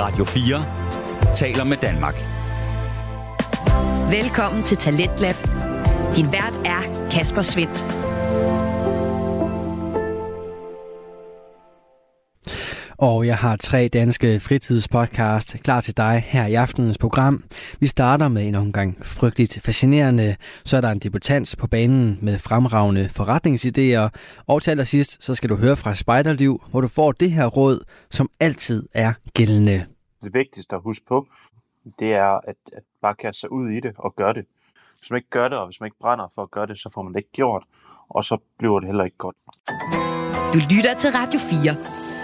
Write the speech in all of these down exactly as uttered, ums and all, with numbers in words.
Radio fire taler med Danmark. Velkommen til Talentlab. Din vært er Kasper Svendt. Og jeg har tre danske fritidspodcast klar til dig her i aftenens program. Vi starter med en omgang frygteligt fascinerende, så er der en debutant på banen med fremragende forretningsidéer, og til allersidst så skal du høre fra Spejderliv, hvor du får det her råd, som altid er gældende. Det vigtigste at huske på, det er at, at bare kaste sig ud i det og gøre det. Hvis man ikke gør det, og hvis man ikke brænder for at gøre det, så får man det ikke gjort, og så bliver det heller ikke godt. Du lytter til Radio fire.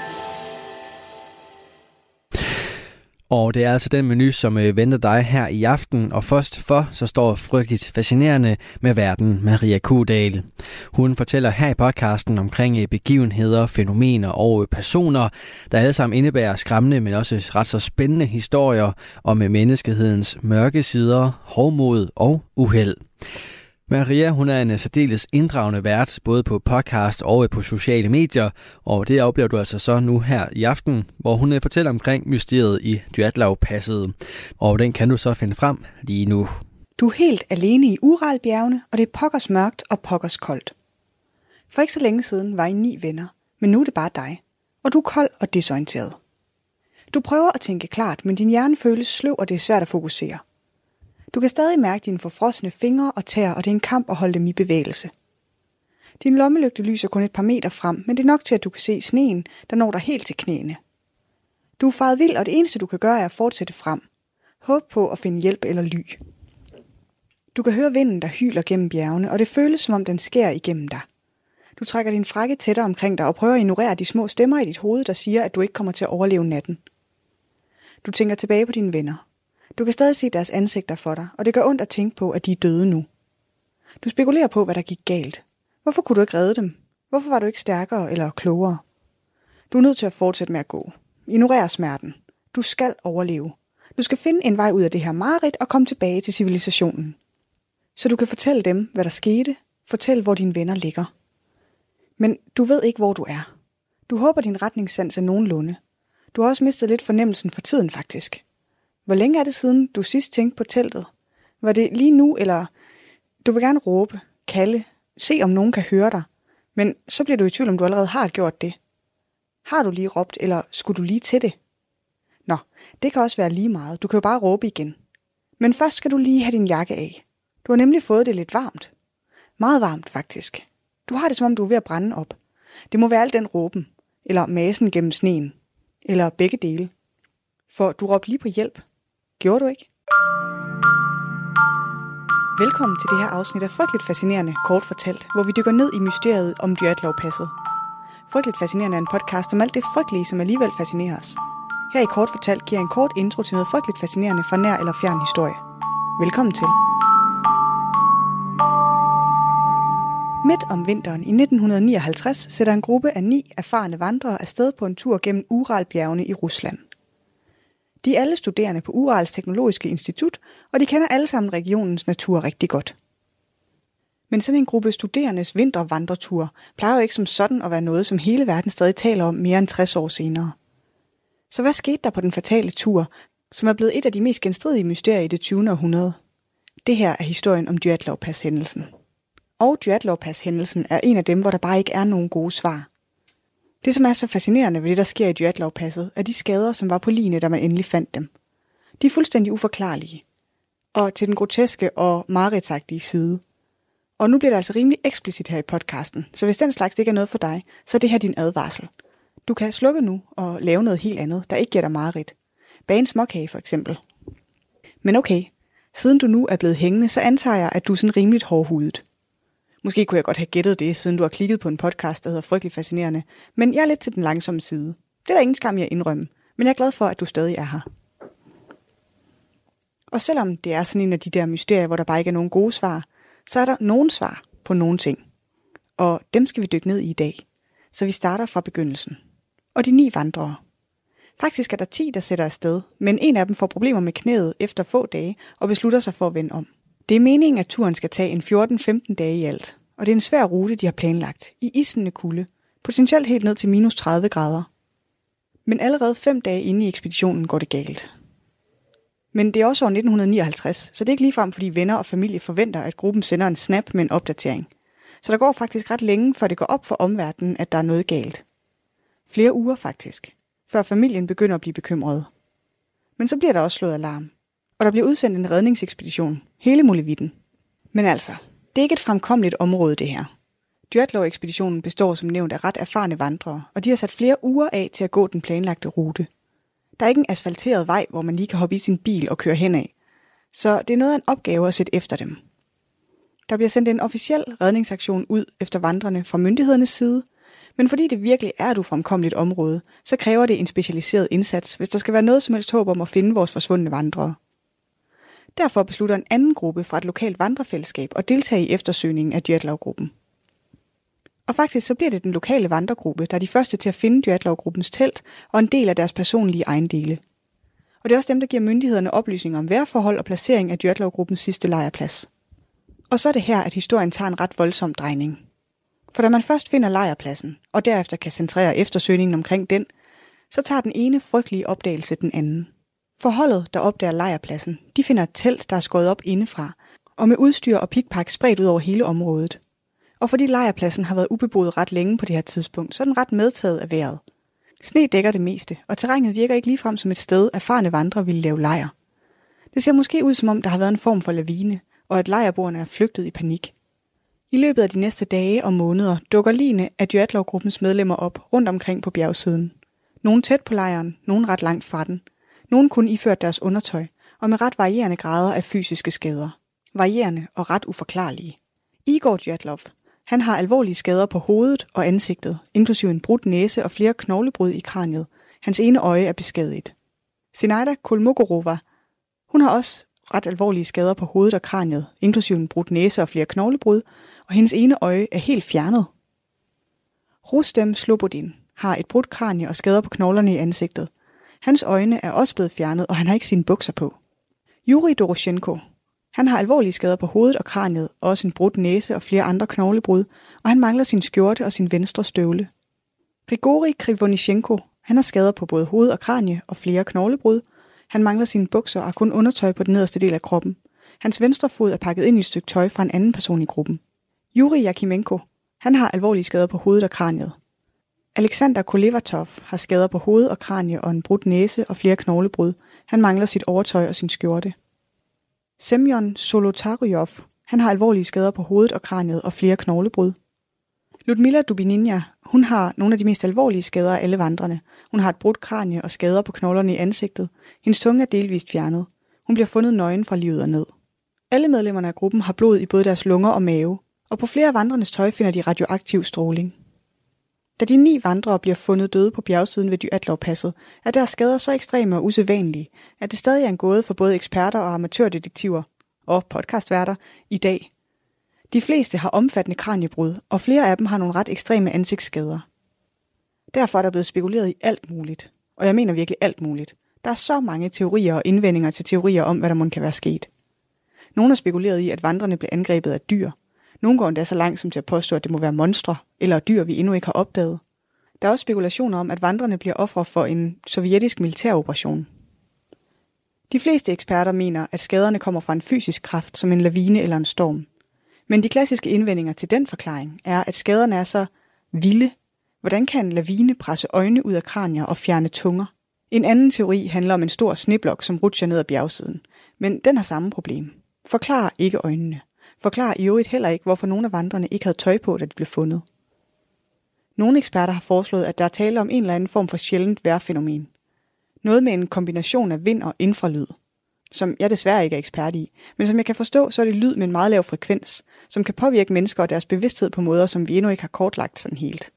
Og det er altså den menu, som venter dig her i aften, og først for, så står frygteligt fascinerende med verden Maria Kudal. Hun fortæller her i podcasten omkring begivenheder, fænomener og personer, der alle sammen indebærer skræmmende, men også ret så spændende historier om menneskehedens mørke sider, hovmod og uheld. Maria, hun er en særdeles inddragende vært, både på podcast og på sociale medier, og det oplever du altså så nu her i aften, hvor hun fortæller omkring mysteriet i Djatlavpasset, og den kan du så finde frem lige nu. Du er helt alene i Uralbjergene, og det er pokkers mørkt og pokkers koldt. For ikke så længe siden var I ni venner, men nu er det bare dig, og du er kold og desorienteret. Du prøver at tænke klart, men din hjerne føles sløv, og det er svært at fokusere. Du kan stadig mærke dine forfrosne fingre og tæer, og det er en kamp at holde dem i bevægelse. Din lommelygte lyser kun et par meter frem, men det er nok til, at du kan se sneen, der når dig helt til knæene. Du er faret vild, og det eneste, du kan gøre, er at fortsætte frem. Håb på at finde hjælp eller ly. Du kan høre vinden, der hyler gennem bjergene, og det føles, som om den skærer igennem dig. Du trækker din frakke tættere omkring dig og prøver at ignorere de små stemmer i dit hoved, der siger, at du ikke kommer til at overleve natten. Du tænker tilbage på dine venner. Du kan stadig se deres ansigter for dig, og det gør ondt at tænke på, at de er døde nu. Du spekulerer på, hvad der gik galt. Hvorfor kunne du ikke redde dem? Hvorfor var du ikke stærkere eller klogere? Du er nødt til at fortsætte med at gå. Ignorer smerten. Du skal overleve. Du skal finde en vej ud af det her mareridt og komme tilbage til civilisationen. Så du kan fortælle dem, hvad der skete. Fortæl, hvor dine venner ligger. Men du ved ikke, hvor du er. Du håber, din retningssans er nogenlunde. Du har også mistet lidt fornemmelsen for tiden, faktisk. Hvor længe er det siden, du sidst tænkte på teltet? Var det lige nu, eller du vil gerne råbe, kalde, se om nogen kan høre dig, men så bliver du i tvivl, om du allerede har gjort det. Har du lige råbt, eller skulle du lige til det? Nå, det kan også være lige meget. Du kan jo bare råbe igen. Men først skal du lige have din jakke af. Du har nemlig fået det lidt varmt. Meget varmt, faktisk. Du har det, som om du er ved at brænde op. Det må være al den råben, eller masen gennem sneen, eller begge dele. For du råbte lige på hjælp. Gjorde du ikke? Velkommen til det her afsnit af Frygteligt Fascinerende, kort fortalt, hvor vi dykker ned i mysteriet om Djatlavpasset. Frygteligt Fascinerende er en podcast om alt det frygtelige, som alligevel fascinerer os. Her i Kort fortalt giver jeg en kort intro til noget frygteligt fascinerende fra nær eller fjern historie. Velkommen til. Midt om vinteren i nitten nioghalvtreds sætter en gruppe af ni erfarne vandrere afsted på en tur gennem Uralbjergene i Rusland. De er alle studerende på Urals Teknologiske Institut, og de kender alle sammen regionens natur rigtig godt. Men sådan en gruppe studerendes vintervandretur plejer jo ikke som sådan at være noget, som hele verden stadig taler om mere end tres år senere. Så hvad skete der på den fatale tur, som er blevet et af de mest genstridige mysterier i det tyvende århundrede? Det her er historien om Djatlavpas-hændelsen. Og Djatlavpas-hændelsen er en af dem, hvor der bare ikke er nogen gode svar. Det, som er så fascinerende ved det, der sker i Djatlavpasset, er de skader, som var på ligene, da man endelig fandt dem. De er fuldstændig uforklarlige. Og til den groteske og mareridtsagtige side. Og nu bliver det altså rimelig eksplicit her i podcasten, så hvis den slags ikke er noget for dig, så er det her din advarsel. Du kan slukke nu og lave noget helt andet, der ikke giver dig mareridt. Bage en småkage for eksempel. Men okay, siden du nu er blevet hængende, så antager jeg, at du er sådan rimeligt hårdhudet. Måske kunne jeg godt have gættet det, siden du har klikket på en podcast, der hedder Frygteligt Fascinerende, men jeg er lidt til den langsomme side. Det er der ingen skam i at indrømme, men jeg er glad for, at du stadig er her. Og selvom det er sådan en af de der mysterier, hvor der bare ikke er nogen gode svar, så er der nogen svar på nogle ting. Og dem skal vi dykke ned i i dag. Så vi starter fra begyndelsen. Og de ni vandrere. Faktisk er der ti, der sætter afsted, men en af dem får problemer med knæet efter få dage og beslutter sig for at vende om. Det er meningen, at turen skal tage en fjorten til femten dage i alt, og det er en svær rute, de har planlagt, i isende kulde, potentielt helt ned til minus tredive grader. Men allerede fem dage inde i ekspeditionen går det galt. Men det er også år nitten nioghalvtreds, så det er ikke ligefrem, fordi venner og familie forventer, at gruppen sender en snap med en opdatering. Så der går faktisk ret længe, før det går op for omverdenen, at der er noget galt. Flere uger faktisk, før familien begynder at blive bekymret. Men så bliver der også slået alarm, og der bliver udsendt en redningsekspedition, hele muligheden. Men altså, det er ikke et fremkommeligt område det her. Djatlov-ekspeditionen består som nævnt af ret erfarne vandrere, og de har sat flere uger af til at gå den planlagte rute. Der er ikke en asfalteret vej, hvor man lige kan hoppe i sin bil og køre henad, så det er noget af en opgave at sætte efter dem. Der bliver sendt en officiel redningsaktion ud efter vandrerne fra myndighedernes side, men fordi det virkelig er et ufremkommeligt område, så kræver det en specialiseret indsats, hvis der skal være noget som helst håb om at finde vores forsvundne vandrere. Derfor beslutter en anden gruppe fra et lokalt vandrefællesskab at deltage i eftersøgningen af Djatlov-gruppen. Og faktisk så bliver det den lokale vandregruppe, der er de første til at finde Djatlov-gruppens telt og en del af deres personlige ejendele. Og det er også dem, der giver myndighederne oplysninger om vejrforhold og placering af Djatlov-gruppens sidste lejrplads. Og så er det her, at historien tager en ret voldsom drejning. For da man først finder lejrpladsen, og derefter kan centrere eftersøgningen omkring den, så tager den ene frygtelige opdagelse den anden. Forholdet, der opdager lejrpladsen, de finder et telt, der er skåret op indefra, og med udstyr og pikpak spredt ud over hele området. Og fordi lejrpladsen har været ubeboet ret længe på det her tidspunkt, så er den ret medtaget af vejret. Sne dækker det meste, og terrænet virker ikke ligefrem som et sted, erfarne vandrere ville lave lejr. Det ser måske ud som om, der har været en form for lavine, og at lejrboerne er flygtet i panik. I løbet af de næste dage og måneder dukker ligene af Djatlov-gruppens medlemmer op rundt omkring på bjergsiden. Nogle tæt på lejren, nogle ret langt fra den. Nogle kun iført deres undertøj, og med ret varierende grader af fysiske skader. Varierende og ret uforklarlige. Igor Djatlov, han har alvorlige skader på hovedet og ansigtet, inklusive en brudt næse og flere knoglebrud i kraniet. Hans ene øje er beskadiget. Zinaida Kolmogorova, hun har også ret alvorlige skader på hovedet og kraniet, inklusive en brudt næse og flere knoglebrud, og hendes ene øje er helt fjernet. Rustem Slobodin har et brudt kranie og skader på knoglerne i ansigtet. Hans øjne er også blevet fjernet, og han har ikke sine bukser på. Yuri Doroshenko, han har alvorlige skader på hovedet og kraniet, og også en brudt næse og flere andre knoglebrud, og han mangler sin skjorte og sin venstre støvle. Grigori Krivonishenko, han har skader på både hoved og kranie og flere knoglebrud. Han mangler sine bukser og har kun undertøj på den nederste del af kroppen. Hans venstre fod er pakket ind i et stykke tøj fra en anden person i gruppen. Yuri Yakimenko, han har alvorlige skader på hovedet og kraniet. Alexander Kolevatov har skader på hoved og kranie og en brudt næse og flere knoglebrud. Han mangler sit overtøj og sin skjorte. Semyon Solotaryov, han har alvorlige skader på hovedet og kraniet og flere knoglebrud. Ludmila Dubininja, hun har nogle af de mest alvorlige skader af alle vandrene. Hun har et brudt kranie og skader på knoglerne i ansigtet. Hendes tunge er delvist fjernet. Hun bliver fundet nøgen fra livet og ned. Alle medlemmerne af gruppen har blod i både deres lunger og mave, og på flere af vandrenes tøj finder de radioaktiv stråling. Da de ni vandrere bliver fundet døde på bjergsiden ved Djatlov-passet, er deres skader så ekstreme og usædvanlige, at det stadig er en gåde for både eksperter og amatørdetektiver og podcastværter i dag. De fleste har omfattende kraniebrud, og flere af dem har nogle ret ekstreme ansigtsskader. Derfor er der blevet spekuleret i alt muligt, og jeg mener virkelig alt muligt. Der er så mange teorier og indvendinger til teorier om, hvad der må kan være sket. Nogle har spekuleret i, at vandrerne blev angrebet af dyr. Nogle går endda så langt som til at påstå, at det må være monstre eller dyr, vi endnu ikke har opdaget. Der er også spekulationer om, at vandrerne bliver ofre for en sovjetisk militæroperation. De fleste eksperter mener, at skaderne kommer fra en fysisk kraft, som en lavine eller en storm. Men de klassiske indvendinger til den forklaring er, at skaderne er så vilde. Hvordan kan en lavine presse øjne ud af kranier og fjerne tunger? En anden teori handler om en stor sneblok, som rutscher ned ad bjergsiden. Men den har samme problem. Forklar ikke øjnene. Forklar i øvrigt heller ikke, hvorfor nogle af vandrene ikke havde tøj på, da de blev fundet. Nogle eksperter har foreslået, at der er tale om en eller anden form for sjældent vejrfænomen. Noget med en kombination af vind og infralyd, som jeg desværre ikke er ekspert i, men som jeg kan forstå, så er det lyd med en meget lav frekvens, som kan påvirke mennesker og deres bevidsthed på måder, som vi endnu ikke har kortlagt sådan helt.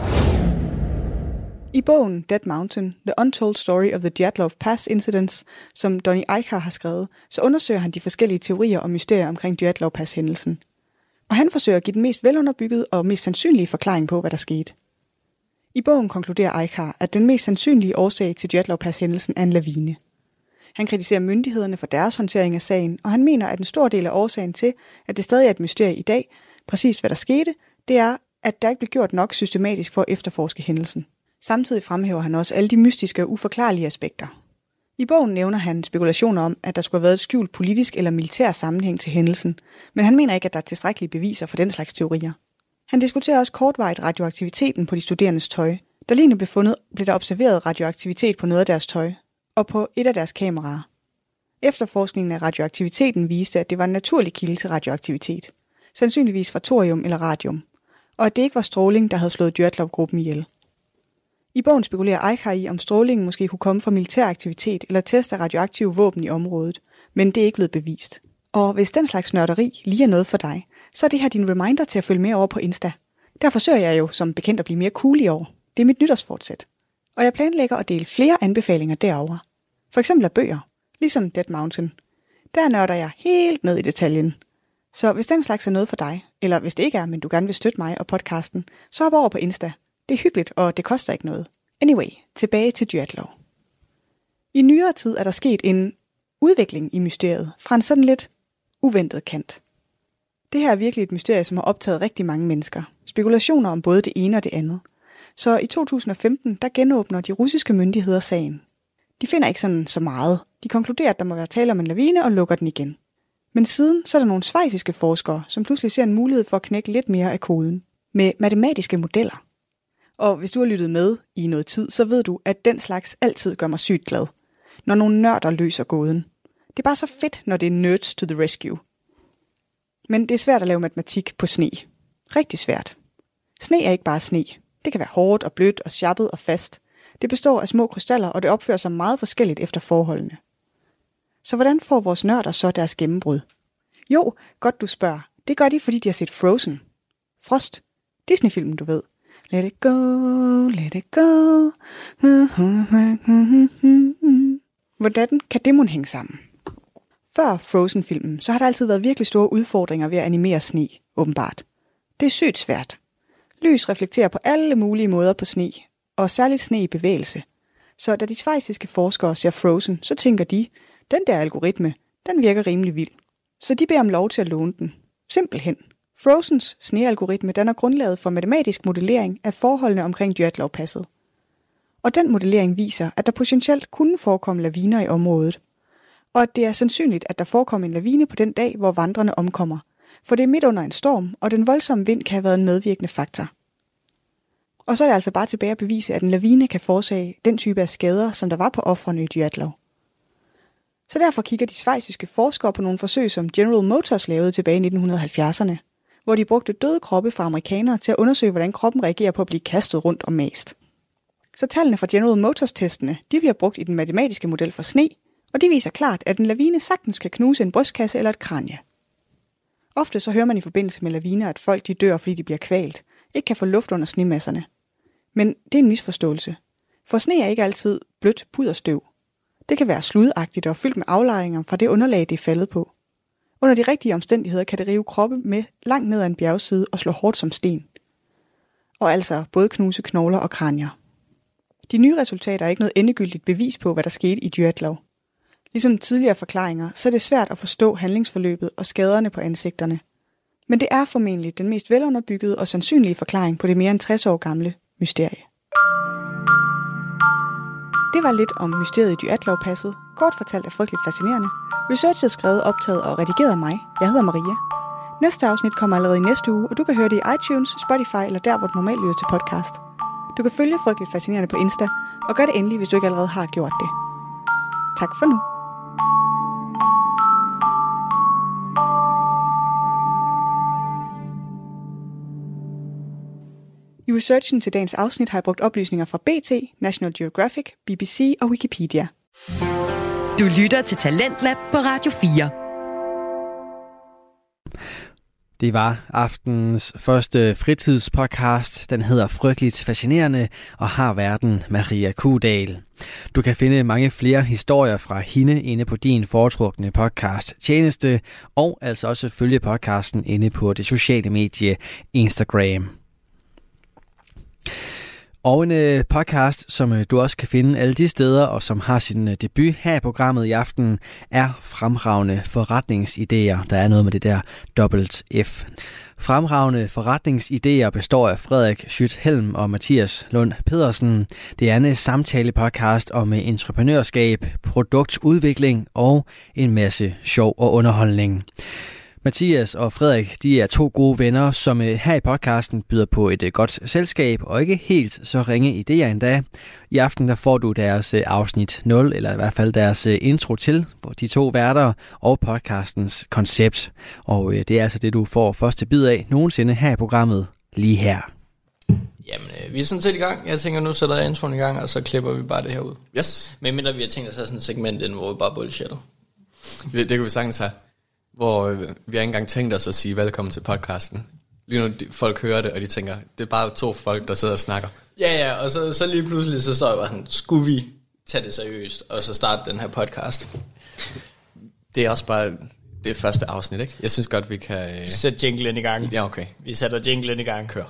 I bogen Dead Mountain, The Untold Story of the Djatlov Pass Incidents, som Donny Eichar har skrevet, så undersøger han de forskellige teorier og mysterier omkring Djatlov Pass-hændelsen. Og han forsøger at give den mest velunderbyggede og mest sandsynlige forklaring på, hvad der skete. I bogen konkluderer Eichar, at den mest sandsynlige årsag til Djatlov Pass-hændelsen er en lavine. Han kritiserer myndighederne for deres håndtering af sagen, og han mener, at en stor del af årsagen til, at det stadig er et mysterie i dag, præcis hvad der skete, det er, at der ikke blev gjort nok systematisk for at efterforske hændelsen. Samtidig fremhæver han også alle de mystiske og uforklarlige aspekter. I bogen nævner han spekulationer om, at der skulle have været et skjult politisk eller militær sammenhæng til hændelsen, men han mener ikke, at der er tilstrækkelige beviser for den slags teorier. Han diskuterer også kortvarigt radioaktiviteten på de studerendes tøj. Da ligene blev fundet, blev der observeret radioaktivitet på noget af deres tøj og på et af deres kameraer. Efterforskningen af radioaktiviteten viste, at det var en naturlig kilde til radioaktivitet, sandsynligvis fra thorium eller radium, og at det ikke var stråling, der havde slået Djatlov-gruppen ihjel. I bogen spekulerer Eichar i, om strålingen måske kunne komme fra militær aktivitet eller test af radioaktive våben i området, men det er ikke blevet bevist. Og hvis den slags nørderi lige er noget for dig, så er det her din reminder til at følge med over på Insta. Der forsøger jeg jo som bekendt at blive mere cool i år. Det er mit nytårsfortsæt. Og jeg planlægger at dele flere anbefalinger derover. For eksempel af bøger, ligesom Dead Mountain. Der nørder jeg helt ned i detaljen. Så hvis den slags er noget for dig, eller hvis det ikke er, men du gerne vil støtte mig og podcasten, så hop over på Insta. Det er hyggeligt, og det koster ikke noget. Anyway, tilbage til Djatlov. I nyere tid er der sket en udvikling i mysteriet fra en sådan lidt uventet kant. Det her er virkelig et mysterie, som har optaget rigtig mange mennesker. Spekulationer om både det ene og det andet. Så i to tusind og femten, der genåbner de russiske myndigheder sagen. De finder ikke sådan så meget. De konkluderer, at der må være tale om en lavine og lukker den igen. Men siden så er der nogle schweiziske forskere, som pludselig ser en mulighed for at knække lidt mere af koden. Med matematiske modeller. Og hvis du har lyttet med i noget tid, så ved du, at den slags altid gør mig sygt glad. Når nogle nørder løser gåden. Det er bare så fedt, når det er nerds to the rescue. Men det er svært at lave matematik på sne. Rigtig svært. Sne er ikke bare sne. Det kan være hårdt og blødt og sjappet og fast. Det består af små krystaller, og det opfører sig meget forskelligt efter forholdene. Så hvordan får vores nørder så deres gennembrud? Jo, godt du spørger. Det gør de, fordi de har set Frozen. Frost. Disney-filmen, du ved. Let it go, let it go. Hvordan kan det mon hænge sammen? Før Frozen-filmen, så har der altid været virkelig store udfordringer ved at animere sne, åbenbart. Det er sygt svært. Lys reflekterer på alle mulige måder på sne, og særligt sne i bevægelse. Så da de schweiziske forskere ser Frozen, så tænker de, den der algoritme, den virker rimelig vild. Så de beder om lov til at låne den. Simpelthen. Frozens snealgoritme danner grundlaget for matematisk modellering af forholdene omkring Djatlov-passet. Og den modellering viser, at der potentielt kunne forekomme laviner i området. Og at det er sandsynligt, at der forekommer en lavine på den dag, hvor vandrerne omkommer. For det er midt under en storm, og den voldsomme vind kan have været en medvirkende faktor. Og så er det altså bare tilbage at bevise, at en lavine kan forårsage den type af skader, som der var på ofrene i Djatlov. Så derfor kigger de schweiziske forskere på nogle forsøg, som General Motors lavede tilbage i nitten halvfjerdserne, hvor de brugte døde kroppe fra amerikanere til at undersøge, hvordan kroppen reagerer på at blive kastet rundt og mast. Så tallene fra General Motors-testene, de bliver brugt i den matematiske model for sne, og de viser klart, at en lavine sagtens kan knuse en brystkasse eller et kranie. Ofte så hører man i forbindelse med laviner, at folk de dør, fordi de bliver kvalt, ikke kan få luft under snemasserne. Men det er en misforståelse. For sne er ikke altid blødt pudderstøv. Det kan være sludagtigt og fyldt med aflejringer fra det underlag, det er faldet på. Under de rigtige omstændigheder kan det rive kroppe med langt ned ad en bjergside og slå hårdt som sten. Og altså både knuse knogler og kranier. De nye resultater er ikke noget endegyldigt bevis på, hvad der skete i Djatlov. Ligesom tidligere forklaringer, så er det svært at forstå handlingsforløbet og skaderne på ansigterne. Men det er formentlig den mest velunderbyggede og sandsynlige forklaring på det mere end tres år gamle mysterie. Det var lidt om mysteriet i Djatlov-passet, kort fortalt er frygteligt fascinerende. Researchet skrevet, optaget og redigeret af mig. Jeg hedder Maria. Næste afsnit kommer allerede i næste uge, og du kan høre det i iTunes, Spotify eller der, hvor du normalt lytter til podcast. Du kan følge Frygteligt Fascinerende på Insta, og gør det endelig, hvis du ikke allerede har gjort det. Tak for nu. I researchen til dagens afsnit har jeg brugt oplysninger fra B T, National Geographic, B B C og Wikipedia. Du lytter til Talentlab på Radio fire. Det var aftenens første fritidspodcast. Den hedder Frygteligt Fascinerende og har værten Maria Kuhdal. Du kan finde mange flere historier fra hende inde på din foretrukne podcast tjeneste, og altså også følge podcasten inde på det sociale medie Instagram. Og en øh, podcast, som øh, du også kan finde alle de steder, og som har sin øh, debut her i programmet i aften, er Fremragende Forretningsidéer. Der er noget med det der dobbelt F. Fremragende Forretningsidéer består af Frederik Schütt-Helm og Mathias Lund Pedersen. Det er en samtale-podcast om entreprenørskab, produktudvikling og en masse sjov og underholdning. Mathias og Frederik, de er to gode venner, som her i podcasten byder på et godt selskab og ikke helt så ringe idéer endda. I aften der får du deres afsnit nul, eller i hvert fald deres intro til de to værter og podcastens koncept. Og det er altså det, du får første bid af nogensinde her i programmet lige her. Jamen, øh, vi er sådan set i gang. Jeg tænker, nu sætter jeg introen i gang, og så klipper vi bare det her ud. Yes. Men mindre vi har tænkt os at have sådan et segment ind, hvor vi bare bullshitter. Det, det kan vi sagtens have. Hvor øh, vi har ikke engang tænkt os at sige velkommen til podcasten. Lige nu de, folk hører det, og de tænker, det er bare to folk, der sidder og snakker. Ja, ja, og så, så lige pludselig, så står jeg bare sådan, skulle vi tage det seriøst, og så starte den her podcast? Det er også bare det første afsnit, ikke? Jeg synes godt, vi kan... Øh... Sæt jinglen i gang. Ja, okay. Vi sætter jinglen i gang. Kør.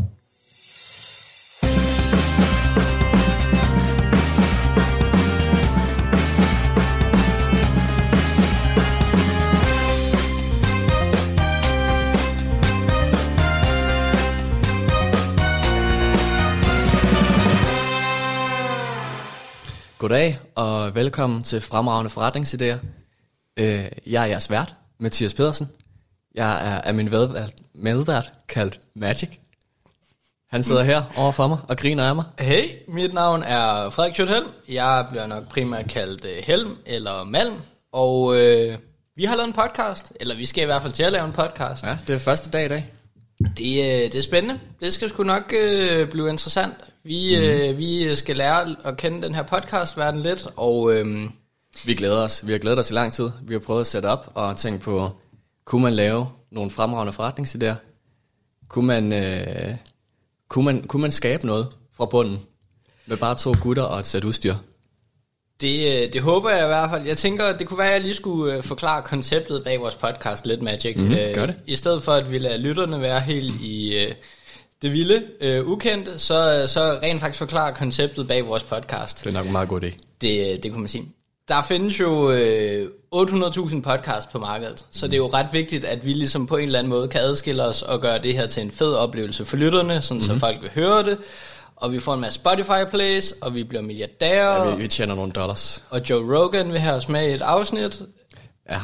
Goddag og velkommen til Fremragende Forretningsidéer. Jeg er jeres vært, Mathias Pedersen. Jeg er af min medvært, medvært kaldt Magic. Han sidder her overfor mig og griner af mig. Hey, mit navn er Frederik Schütt-Helm. Jeg bliver nok primært kaldt uh, Helm eller Malm. Og uh, vi har lavet en podcast, eller vi skal i hvert fald til at lave en podcast. Ja, det er første dag i dag. Det, uh, det er spændende. Det skal sgu nok uh, blive interessant. Vi, mm. uh, vi skal lære at kende den her podcastverden lidt, og... Uh, vi glæder os. Vi har glædet os i lang tid. Vi har prøvet at sætte op og tænke på, kunne man lave nogle fremragende forretningsidéer? Kunne man, øh, kunne man, kunne man skabe noget fra bunden med bare to gutter og et sæt udstyr? Det, det håber jeg i hvert fald. Jeg tænker, det kunne være, at jeg lige skulle forklare konceptet bag vores podcast lidt, Magic. Mm, gør det. I stedet for, at vi lader lytterne være helt i øh, det vilde, øh, ukendte, så, så rent faktisk forklare konceptet bag vores podcast. Det er nok en meget god idé. Det, det kunne man sige. Der findes jo øh, otte hundrede tusind podcasts på markedet, så det er jo ret vigtigt, at vi ligesom på en eller anden måde kan adskille os og gøre det her til en fed oplevelse for lytterne, sådan mm-hmm. så folk vil høre det, og vi får en masse Spotify plays, og vi bliver milliardærer. Ja, vi, vi tjener nogle dollars. Og Joe Rogan vil have os med i et afsnit. Ja.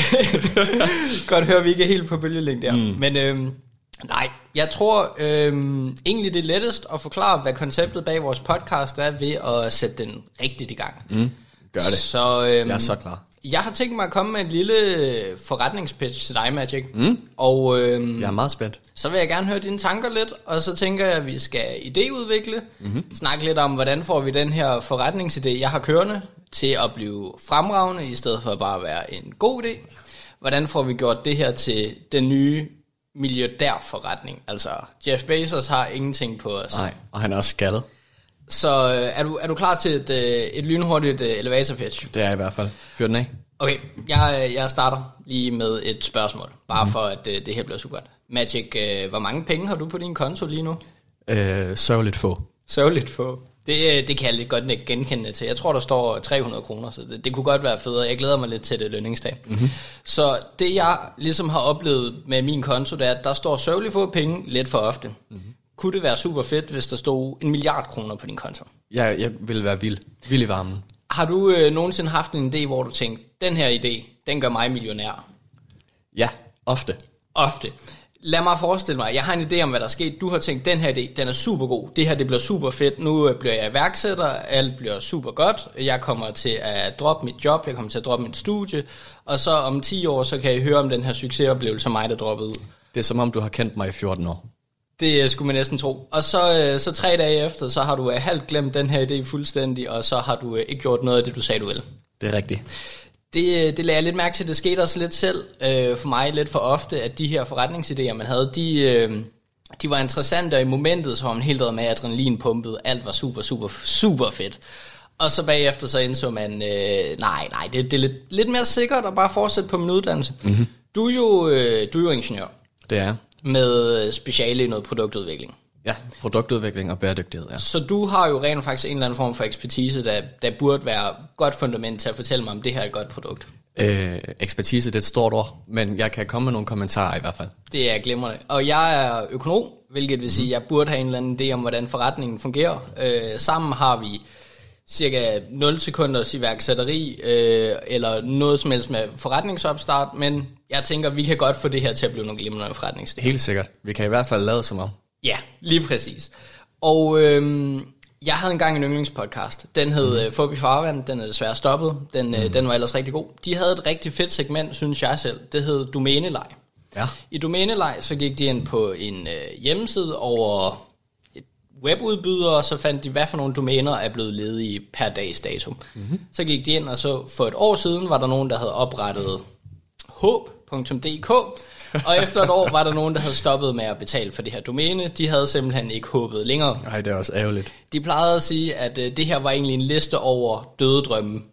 Godt høre, vi ikke er helt på bølgelængde der. Mm. Men øhm, nej, jeg tror øhm, egentlig det er lettest at forklare, hvad konceptet bag vores podcast er, ved at sætte den rigtigt i gang. Mm. Gør det. Så, øhm, jeg er så klar. Jeg har tænkt mig at komme med en lille forretningspitch til dig, Magic. Mm. Og øhm, jeg er meget spændt. Så vil jeg gerne høre dine tanker lidt, og så tænker jeg, at vi skal idéudvikle, mm-hmm. snakke lidt om, hvordan får vi den her forretningsidé, jeg har kørende, til at blive fremragende, i stedet for at bare være en god idé. Hvordan får vi gjort det her til den nye milliardærforretning? Altså, Jeff Bezos har ingenting på os. Nej, og han er også skaldet. Så er du, er du klar til et, et lynhurtigt elevator pitch? Det er jeg i hvert fald. Fyr den af. Okay, jeg, jeg starter lige med et spørgsmål, bare mm. for at det, det her bliver super godt. Magic, hvor mange penge har du på din konto lige nu? Øh, sørgeligt få. Sørgeligt få. Det, det kan jeg lidt godt genkende til. Jeg tror, der står tre hundrede kroner, så det, det kunne godt være federe. Jeg glæder mig lidt til det lønningsdag. Mm-hmm. Så det, jeg ligesom har oplevet med min konto, det er, at der står sørgeligt få penge lidt for ofte. Mm-hmm. Kunne det være super fedt, hvis der stod en milliard kroner på din konto? Jeg, jeg vil være vild. Vild i varmen. Har du øh, nogensinde haft en idé, hvor du tænkte, den her idé, den gør mig millionær? Ja, ofte. Ofte. Lad mig forestille mig, jeg har en idé om, hvad der er sket. Du har tænkt, den her idé, den er super god. Det her, det bliver super fedt. Nu bliver jeg iværksætter. Alt bliver super godt. Jeg kommer til at droppe mit job. Jeg kommer til at droppe mit studie. Og så om ti år, så kan I høre om den her succesoplevelse, som mig, der droppede ud. Det er som om, du har kendt mig i fjorten år. Det skulle man næsten tro. Og så, så tre dage efter, så har du halvt glemt den her idé fuldstændig, og så har du ikke gjort noget af det, du sagde, du ville. Det er rigtigt. Det, det lagde jeg lidt mærke til, det skete også lidt selv, øh, for mig lidt for ofte, at de her forretningsidéer, man havde, de, øh, de var interessante, og i momentet, så var man helt drevet med adrenalin pumpet, alt var super, super, super fedt. Og så bagefter, så indså man, øh, nej, nej, det, det er lidt, lidt mere sikkert at bare fortsætte på min uddannelse. Mm-hmm. Du er jo, øh, du er jo ingeniør. Det er med speciale i noget produktudvikling. Ja, produktudvikling og bæredygtighed, ja. Så du har jo rent faktisk en eller anden form for ekspertise, der, der burde være godt fundament til at fortælle mig, om det her er et godt produkt. Øh, ekspertise, det er et stort ord, men jeg kan komme med nogle kommentarer i hvert fald. Det er glimrende. Og jeg er økonom, hvilket vil sige, at jeg burde have en eller anden idé om, hvordan forretningen fungerer. Øh, sammen har vi cirka nul sekunders iværksætteri, øh, eller noget som helst med forretningsopstart, men jeg tænker, vi kan godt få det her til at blive nogle glimrende forretningsidéer. Helt sikkert. Vi kan i hvert fald lade som om. Ja, lige præcis. Og øhm, jeg havde engang en yndlingspodcast. Den hed mm. Fubi Farvand. Den er desværre stoppet. Den, mm. øh, den var ellers rigtig god. De havde et rigtig fedt segment, synes jeg selv. Det hed Domæneleg. Ja. I Domæneleg så gik de ind på en øh, hjemmeside over et webudbyder, og så fandt de, hvad for nogle domæner er blevet ledige per dags datum. Mm-hmm. Så gik de ind, og så for et år siden var der nogen, der havde oprettet håb punktum d k. Og efter et år var der nogen, der havde stoppet med at betale for det her domæne. De havde simpelthen ikke håbet længere. Nej, det er også ærgerligt. De plejede at sige, at øh, det her var egentlig en liste over døde drømme.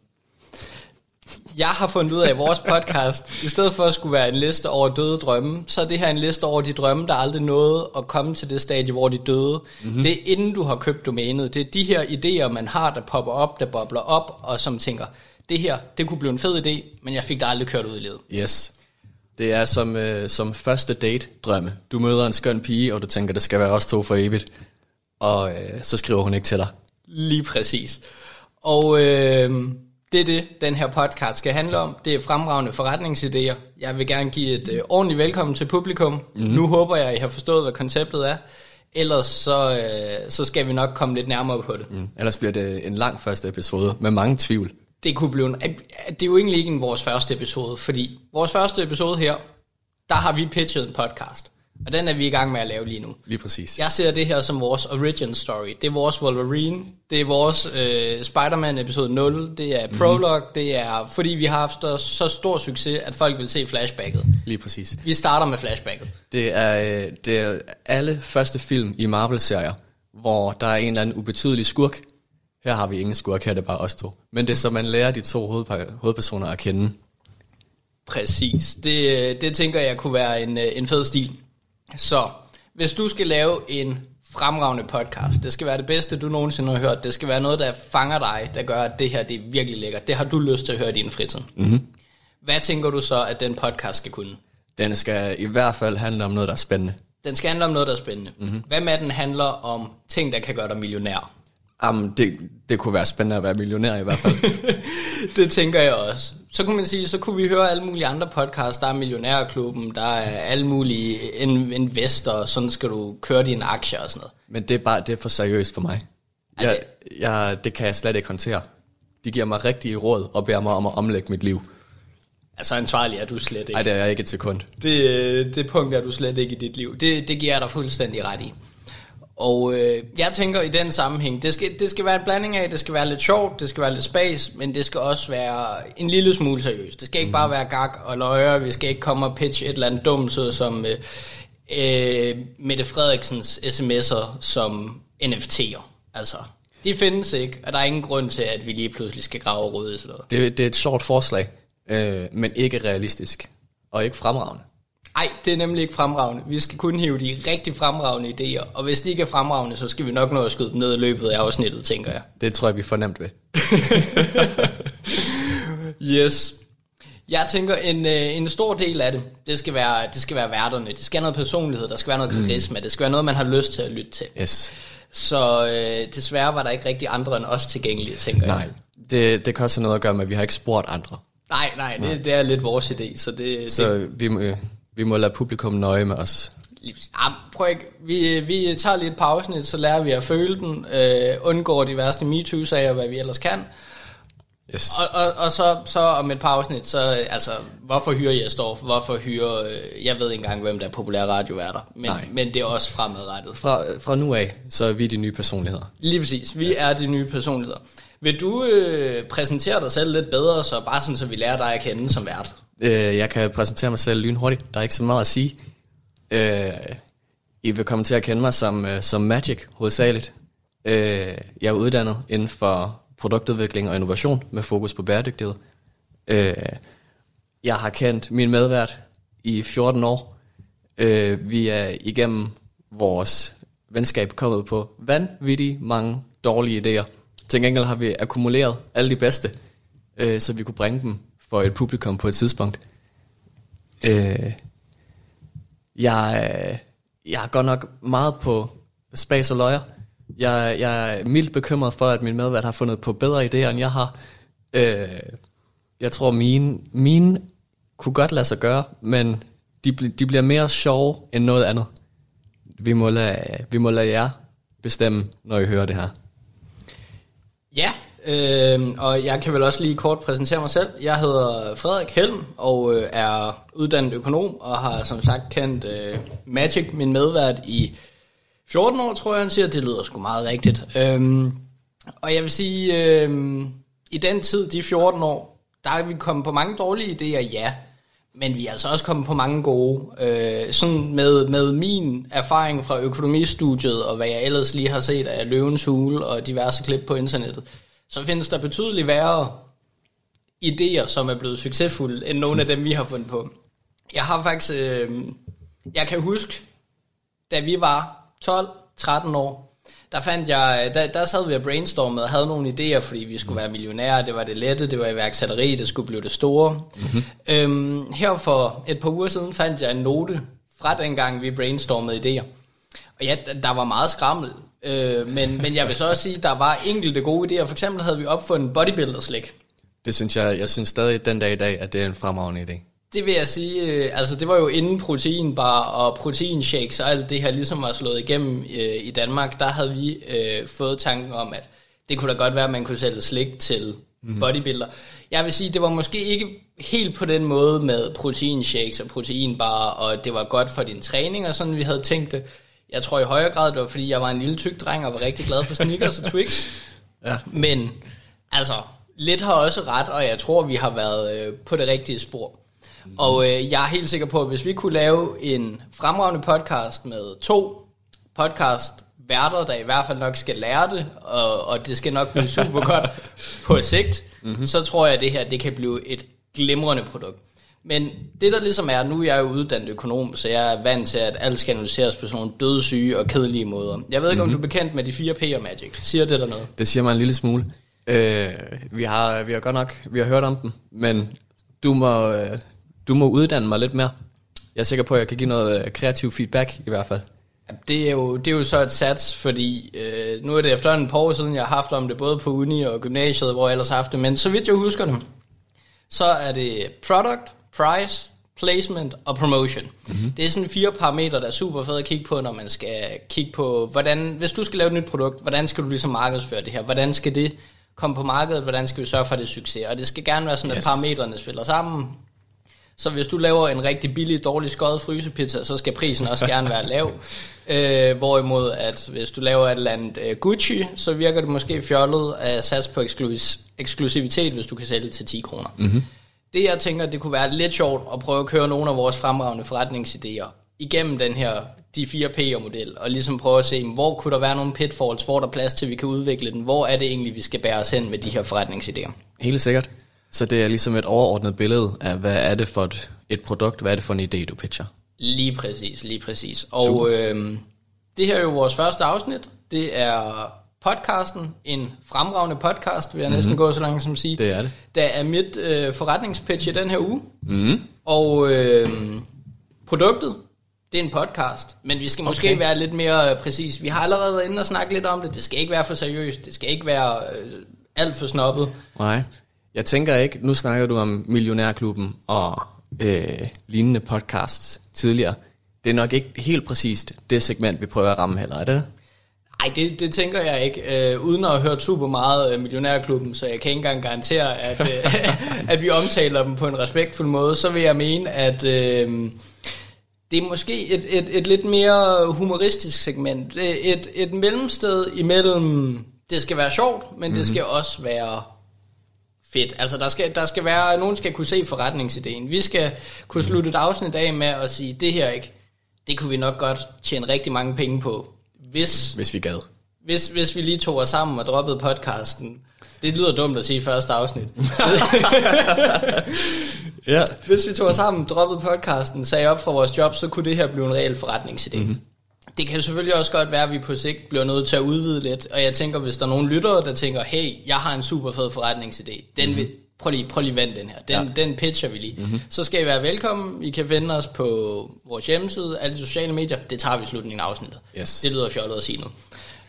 Jeg har fundet ud af i vores podcast, i stedet for at skulle være en liste over døde drømme, så er det her en liste over de drømme, der aldrig nåede at komme til det stadie, hvor de døde. Mm-hmm. Det er inden du har købt domænet. Det er de her idéer, man har, der popper op, der bobler op, og som tænker, det her, det kunne blive en fed idé, men jeg fik det aldrig kørt ud i livet. Yes. Det er som, øh, som første date-drømme. Du møder en skøn pige, og du tænker, det skal være os to for evigt. Og øh, så skriver hun ikke til dig. Lige præcis. Og øh, det er det, den her podcast skal handle om. Det er fremragende forretningsidéer. Jeg vil gerne give et øh, ordentligt velkommen til publikum. Mm-hmm. Nu håber jeg, I har forstået, hvad konceptet er. Ellers så, øh, så skal vi nok komme lidt nærmere på det. Mm. Ellers bliver det en lang første episode med mange tvivl. Det kunne blive en, det er jo egentlig ikke en vores første episode, fordi vores første episode her, der har vi pitchet en podcast, og den er vi i gang med at lave lige nu. Lige præcis. Jeg ser det her som vores origin story. Det er vores Wolverine, det er vores øh, Spider-Man episode nul, det er prologue, mm-hmm. det er fordi vi har haft så stor succes, at folk vil se flashbacket. Lige præcis. Vi starter med flashbacket. Det er, det er alle første film i Marvel-serier, hvor der er en eller anden ubetydelig skurk. Her har vi ingen skurk, her er det bare os to. Men det er så, man lærer de to hovedpersoner at kende. Præcis. Det, det tænker jeg kunne være en, en fed stil. Så hvis du skal lave en fremragende podcast, det skal være det bedste, du nogensinde har hørt. Det skal være noget, der fanger dig, der gør, at det her det er virkelig lækkert. Det har du lyst til at høre i din fritid. Mm-hmm. Hvad tænker du så, at den podcast skal kunne? Den skal i hvert fald handle om noget, der er spændende. Den skal handle om noget, der er spændende. Mm-hmm. Hvad med, at den handler om ting, der kan gøre dig millionær? Jamen, det, det kunne være spændende at være millionær i hvert fald. Det tænker jeg også. Så kunne man sige, så kunne vi høre alle mulige andre podcasts. Der er Millionærklubben, der er alle mulige investorer, sådan skal du køre dine aktier og sådan noget. Men det er bare det er for seriøst for mig. Jeg, jeg, det kan jeg slet ikke håndtere. De giver mig rigtige råd og beder mig om at omlægge mit liv. Altså ansvarlig er du slet ikke. Nej, det er jeg ikke et sekund. Det, det punkt er du slet ikke i dit liv. Det, det giver jeg dig fuldstændig ret i. Og øh, jeg tænker i den sammenhæng, det skal, det skal være en blanding af, det skal være lidt sjovt, det skal være lidt spas, men det skal også være en lille smule seriøst. Det skal ikke mm. bare være gag og løjer, vi skal ikke komme og pitche et eller andet dumt, så som øh, øh, Mette Frederiksens sms'er som N F T'er. Altså, de findes ikke, og der er ingen grund til, at vi lige pludselig skal grave og rydde sådan noget. Det, det er et sjovt forslag, øh, men ikke realistisk, og ikke fremragende. Nej, det er nemlig ikke fremragende. Vi skal kun hive de rigtig fremragende idéer, og hvis de ikke er fremragende, så skal vi nok nå at skyde dem ned i løbet af afsnittet, tænker jeg. Det tror jeg, vi får nemt ved. Yes. Jeg tænker, en, en stor del af det, det skal være, det skal være værterne. Det skal være noget personlighed, der skal være noget karisma, mm. det skal være noget, man har lyst til at lytte til. Yes. Så øh, desværre var der ikke rigtig andre end os tilgængelige, tænker nej, jeg. Nej, det, det kan også have noget at gøre med, at vi har ikke spurgt andre. Nej, nej, det, nej. det er lidt vores idé. Så, det, så det, vi, må, vi må lade publikum nøje med os. Ja, prøv ikke. Vi, vi tager lige et par afsnit, så lærer vi at føle den, øh, undgår de værste MeToo-sager, hvad vi ellers kan. Yes. Og, og, og så, så om et par afsnit, så altså, hvorfor hyrer Jesdorf? Hvorfor hyrer, øh, jeg ved ikke engang, hvem der er populære radioværter, men, men det er også fremadrettet. Fra, fra nu af, så er vi de nye personligheder. Lige præcis, vi yes. er de nye personligheder. Vil du øh, præsentere dig selv lidt bedre, så bare sådan, så vi lærer dig at kende som vært? Øh, jeg kan præsentere mig selv lynhurtigt, der er ikke så meget at sige. Øh, I vil komme til at kende mig som, øh, som Magic hovedsageligt. Øh, jeg er uddannet inden for produktudvikling og innovation med fokus på bæredygtighed. Øh, jeg har kendt min medvært i fjorten år. Øh, vi er igennem vores venskab kommet på vanvittigt mange dårlige idéer. Til gengæld har vi akkumuleret alle de bedste, øh, så vi kunne bringe dem for et publikum på et tidspunkt. Øh, jeg, jeg er godt nok meget på spas og løjer. Jeg, jeg er mildt bekymret for, at min medvært har fundet på bedre idéer, end jeg har. Øh, jeg tror, mine, mine kunne godt lade sig gøre, men de, de bliver mere sjove end noget andet. Vi må lade, vi må lade jer bestemme, når I hører det her. Ja, øh, og jeg kan vel også lige kort præsentere mig selv. Jeg hedder Frederik Helm og øh, er uddannet økonom og har som sagt kendt øh, Magic, min medvært, i fjorten år, tror jeg, han siger. Det lyder sgu meget rigtigt. Øh, og jeg vil sige, øh, i den tid, de fjorten år, der er vi kommet på mange dårlige idéer, ja. Men vi er altså også kommet på mange gode. Øh, sådan med, med min erfaring fra økonomistudiet, og hvad jeg ellers lige har set af Løvens Hule og diverse klip på internettet, så findes der betydeligt værre idéer, som er blevet succesfulde, end nogle af dem, vi har fundet på. Jeg har faktisk... Øh, jeg kan huske, da vi var tolv tretten år, der fandt jeg, der, der sad vi og brainstormede og havde nogle idéer, fordi vi skulle være millionærer, det var det lette, det var iværksætteri, det skulle blive det store. Mm-hmm. Øhm, her for et par uger siden fandt jeg en note fra dengang, vi brainstormede idéer. Og ja, der var meget skrammel, øh, men, men jeg vil så også sige, der var enkelte gode idéer. For eksempel havde vi opfundet bodybuilder-slik. Det synes jeg, jeg synes stadig den dag i dag, at det er en fremragende idé. Det vil jeg sige, øh, altså det var jo inden proteinbar og proteinshakes og alt det her ligesom var slået igennem øh, i Danmark. Der havde vi øh, fået tanken om, at det kunne da godt være, at man kunne sælge slik til mm-hmm. bodybuilder. Jeg vil sige, det var måske ikke helt på den måde med proteinshakes og proteinbar, og det var godt for din træning og sådan, vi havde tænkt det. Jeg tror i højere grad, det var fordi, jeg var en lille tyk dreng og var rigtig glad for Snickers og Twix. Ja. Men altså, lidt har også ret, og jeg tror, vi har været øh, på det rigtige spor. Og øh, jeg er helt sikker på, at hvis vi kunne lave en fremragende podcast med to podcast-værter, der i hvert fald nok skal lære det, og, og det skal nok blive super godt på sigt, mm-hmm. så tror jeg, at det her det kan blive et glimrende produkt. Men det der ligesom er, nu er jeg jo uddannet økonom, så jeg er vant til, at alt skal analyseres på sådan nogle dødssyge og kedelige måder. Jeg ved ikke, mm-hmm. om du er bekendt med de fire P'er Magic. Siger det der noget? Det siger mig en lille smule. Øh, vi, har, vi har godt nok vi har hørt om dem, men du må... Øh Du må uddanne mig lidt mere. Jeg er sikker på, at jeg kan give noget kreativ feedback i hvert fald. Det er jo, det er jo så et sats, fordi øh, nu er det efterhånden et par år siden, jeg har haft om det både på uni og gymnasiet, hvor jeg ellers har haft det. Men så vidt jeg husker det, så er det product, price, placement og promotion. Mm-hmm. Det er sådan fire parametre, der er super fede at kigge på, når man skal kigge på, hvordan, hvis du skal lave et nyt produkt, hvordan skal du ligesom markedsføre det her? Hvordan skal det komme på markedet? Hvordan skal vi sørge for, at det er succes? Og det skal gerne være sådan, at yes. parametrene spiller sammen. Så hvis du laver en rigtig billig, dårlig skåret frysepizza, så skal prisen også gerne være lav. Øh, hvorimod, at hvis du laver et eller andet uh, Gucci, så virker det måske fjollet at satse på eksklus- eksklusivitet, hvis du kan sælge det til ti kroner. Mm-hmm. Det jeg tænker, det kunne være lidt sjovt at prøve at køre nogle af vores fremragende forretningsidéer igennem den her, de fire P'er-model, og ligesom prøve at se, hvor kunne der være nogle pitfalls, hvor der er plads til, at vi kan udvikle den, hvor er det egentlig, vi skal bære os hen med de her forretningsidéer. Helt sikkert. Så det er ligesom et overordnet billede af, hvad er det for et, et produkt, hvad er det for en idé, du pitcher? Lige præcis, lige præcis. Og øh, det her er jo vores første afsnit. Det er podcasten, en fremragende podcast, vil jeg næsten mm-hmm. gå så langt som at sige. Det er det. Der er mit øh, forretningspitch i den her uge. Mm-hmm. Og øh, produktet, det er en podcast, men vi skal måske okay. være lidt mere øh, præcis. Vi har allerede været inde og snakke lidt om det. Det skal ikke være for seriøst. Det skal ikke være øh, alt for snobbet. Nej. Jeg tænker ikke, nu snakker du om Millionærklubben og øh, lignende podcasts tidligere. Det er nok ikke helt præcist det segment, vi prøver at ramme heller, er det? Nej, det, det tænker jeg ikke. Øh, uden at have hørt super meget øh, Millionærklubben, så jeg kan ikke engang garantere, at, øh, at vi omtaler dem på en respektfuld måde, så vil jeg mene, at øh, det er måske et, et, et lidt mere humoristisk segment. Et, et mellemsted imellem, det skal være sjovt, men mm-hmm. det skal også være fedt. Altså der skal, der skal være, nogen skal kunne se forretningsideen. Vi skal kunne slutte et afsnit af med at sige, det her ikke, det kunne vi nok godt tjene rigtig mange penge på, hvis, hvis vi gad. Hvis, hvis vi lige tog os sammen og droppede podcasten. Det lyder dumt at sige i første afsnit. Ja. Hvis vi tog os sammen, droppede podcasten, sagde op fra vores job, så kunne det her blive en reel forretningsidé. Mm-hmm. Det kan selvfølgelig også godt være, at vi på sigt bliver nødt til at udvide lidt, og jeg tænker, hvis der er nogen lyttere, der tænker, hey, jeg har en super fed forretningsidé, den vil, prøv lige, prøv lige vend den her, den, ja. den pitcher vi lige. Mm-hmm. Så skal I være velkommen, I kan finde os på vores hjemmeside, alle de sociale medier, det tager vi i slutningen af afsnittet. Yes. Det lyder fjollet at sige noget.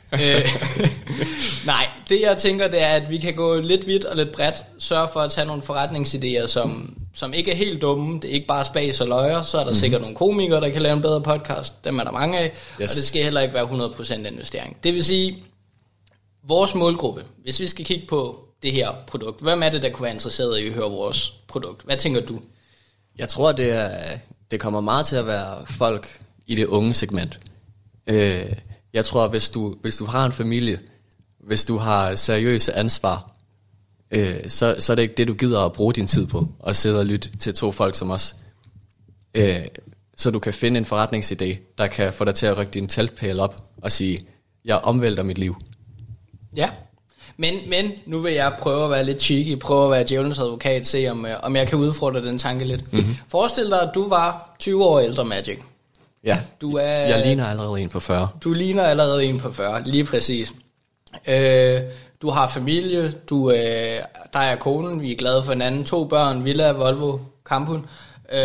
Nej, det jeg tænker, det er, at vi kan gå lidt vidt og lidt bredt, sørge for at tage nogle forretningsidéer, som, som ikke er helt dumme, det er ikke bare spas og løjer, så er der mm-hmm. sikkert nogle komikere, der kan lave en bedre podcast, dem er der mange af, yes. og det skal heller ikke være hundrede procent investering. Det vil sige, vores målgruppe, hvis vi skal kigge på det her produkt, hvem er det, der kunne være interesseret i at høre vores produkt? Hvad tænker du? Jeg tror, det, er, det kommer meget til at være folk i det unge segment. Øh, jeg tror, hvis du, hvis du har en familie, hvis du har seriøse ansvar, øh, så, så er det ikke det, du gider at bruge din tid på, at sidde og lytte til to folk som os. Øh, så du kan finde en forretningsidé, der kan få dig til at rykke din teltpæl op og sige, jeg omvælter mit liv. Ja, men, men nu vil jeg prøve at være lidt cheeky, prøve at være djævelens advokat, se om, om jeg kan udfordre den tanke lidt. Mm-hmm. Forestil dig, at du var tyve år ældre, Magic. Ja, du er, jeg ligner allerede en på fyrre. Du ligner allerede en på fyrre, lige præcis. Øh, du har familie, du, øh, der er konen, vi er glade for hinanden, to børn, villa, Volvo, Campun. Øh,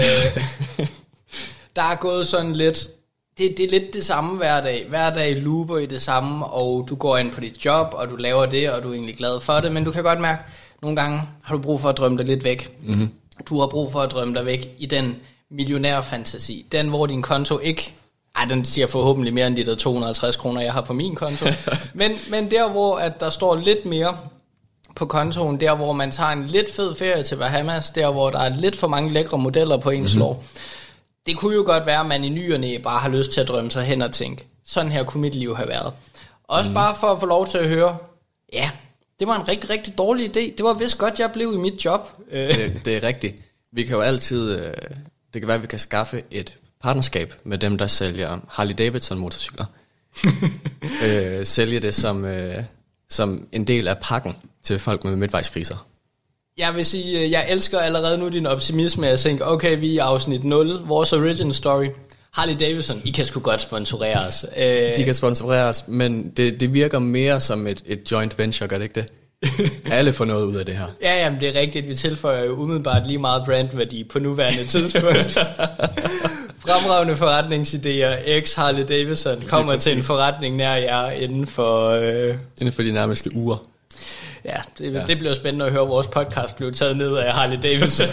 der er gået sådan lidt, det, det er lidt det samme hver dag. Hver dag looper i det samme, og du går ind på dit job, og du laver det, og du er egentlig glad for det, men du kan godt mærke, nogle gange har du brug for at drømme dig lidt væk. Mm-hmm. Du har brug for at drømme dig væk i den millionærfantasi. Den, hvor din konto ikke... Ej, den siger forhåbentlig mere end de der to hundrede og halvtreds kroner, jeg har på min konto. men, men der, hvor at der står lidt mere på kontoen, der, hvor man tager en lidt fed ferie til Bahamas, der, hvor der er lidt for mange lækre modeller på ens mm-hmm. lår. Det kunne jo godt være, at man i ny og næ bare har lyst til at drømme sig hen og tænke, sådan her kunne mit liv have været. Også mm. bare for at få lov til at høre, ja, det var en rigtig, rigtig dårlig idé. Det var vist godt, jeg blev i mit job. Det, det er rigtigt. Vi kan jo altid... Det kan være, at vi kan skaffe et partnerskab med dem, der sælger Harley Davidson motorcykler. øh, sælge det som, øh, som en del af pakken til folk med midtvejskriser. Jeg vil sige, jeg elsker allerede nu din optimisme. Jeg tænker, okay, vi er i afsnit nul, vores origin story. Harley Davidson, I kan sgu godt sponsorere os. Øh... De kan sponsorere os, men det, det virker mere som et, et joint venture, gør det ikke det? Alle får noget ud af det her. Ja, jamen det er rigtigt. Vi tilføjer jo umiddelbart lige meget brandværdi på nuværende tidspunkt. Fremragende forretningsidéer. X Harley Davidson kommer til en forretning nær jer inden for... Øh... Inden for de nærmeste uger. Ja, det, ja. det bliver spændende at høre vores podcast blive taget ned af Harley Davidson.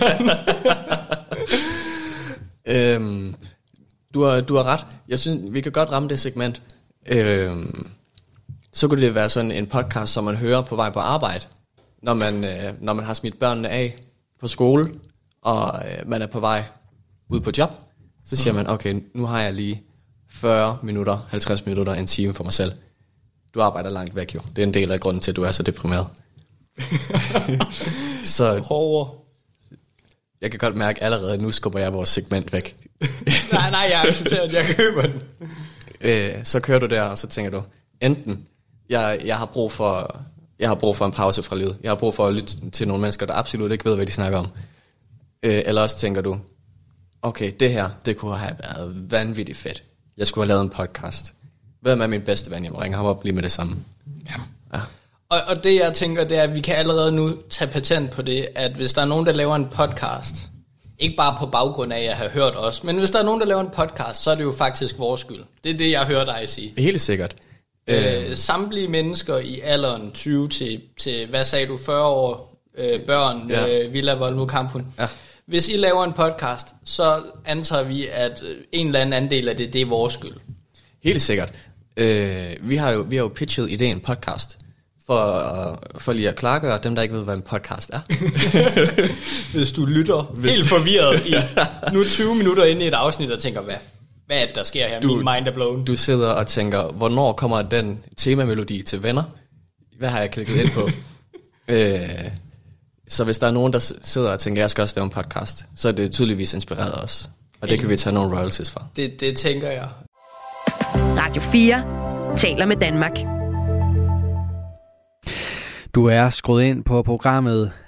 øhm, du, har, du har ret. Jeg synes, vi kan godt ramme det segment. Øhm, så kunne det være sådan en podcast, som man hører på vej på arbejde, når man, øh, når man har smidt børnene af på skole, og øh, man er på vej ud på job. Så siger man, okay, nu har jeg lige fyrre minutter, halvtreds minutter, en time for mig selv. Du arbejder langt væk jo. Det er en del af grunden til, at du er så deprimeret. Så hårdere. Jeg kan godt mærke allerede, at nu skubber jeg vores segment væk. nej, nej, jeg accepterer, at jeg køber den. Øh, så kører du der, og så tænker du, enten, jeg, jeg, har brug for, jeg har brug for en pause fra livet. Jeg har brug for at lytte til nogle mennesker, der absolut ikke ved, hvad de snakker om. Øh, eller også tænker du, okay, det her, det kunne have været vanvittigt fedt. Jeg skulle have lavet en podcast. Hvem er min bedste ven? Jeg må ringe ham op lige med det samme. Ja. Ja. Og, og det jeg tænker, det er, at vi kan allerede nu tage patent på det, at hvis der er nogen, der laver en podcast, ikke bare på baggrund af, at jeg har hørt os, men hvis der er nogen, der laver en podcast, så er det jo faktisk vores skyld. Det er det, jeg hører dig sige. Helt sikkert. Øh, samtlige mennesker i alderen tyve til, til hvad sagde du, fyrre år, øh, børn, ja. øh, Villa, Volvo, Campun. Ja. Hvis I laver en podcast, så antager vi, at en eller anden andel af det, det er vores skyld. Helt sikkert. Øh, vi, har jo, vi har jo pitchet ideen podcast, for, uh, for lige at klargøre dem, der ikke ved, hvad en podcast er. Hvis du lytter Hvis helt forvirret i nu tyve minutter inde i et afsnit og tænker, hvad, hvad er det, der sker her? Du, Min mind er blown. Du sidder og tænker, hvornår kommer den temamelodi til venner? Hvad har jeg klikket ind på? øh, så hvis der er nogen, der sidder og tænker, jeg skal også lave en podcast, så er det tydeligvis inspireret os. Og det kan vi tage nogle royalties fra. Det, det tænker jeg. Radio fire taler med Danmark. Du er skruet ind på programmet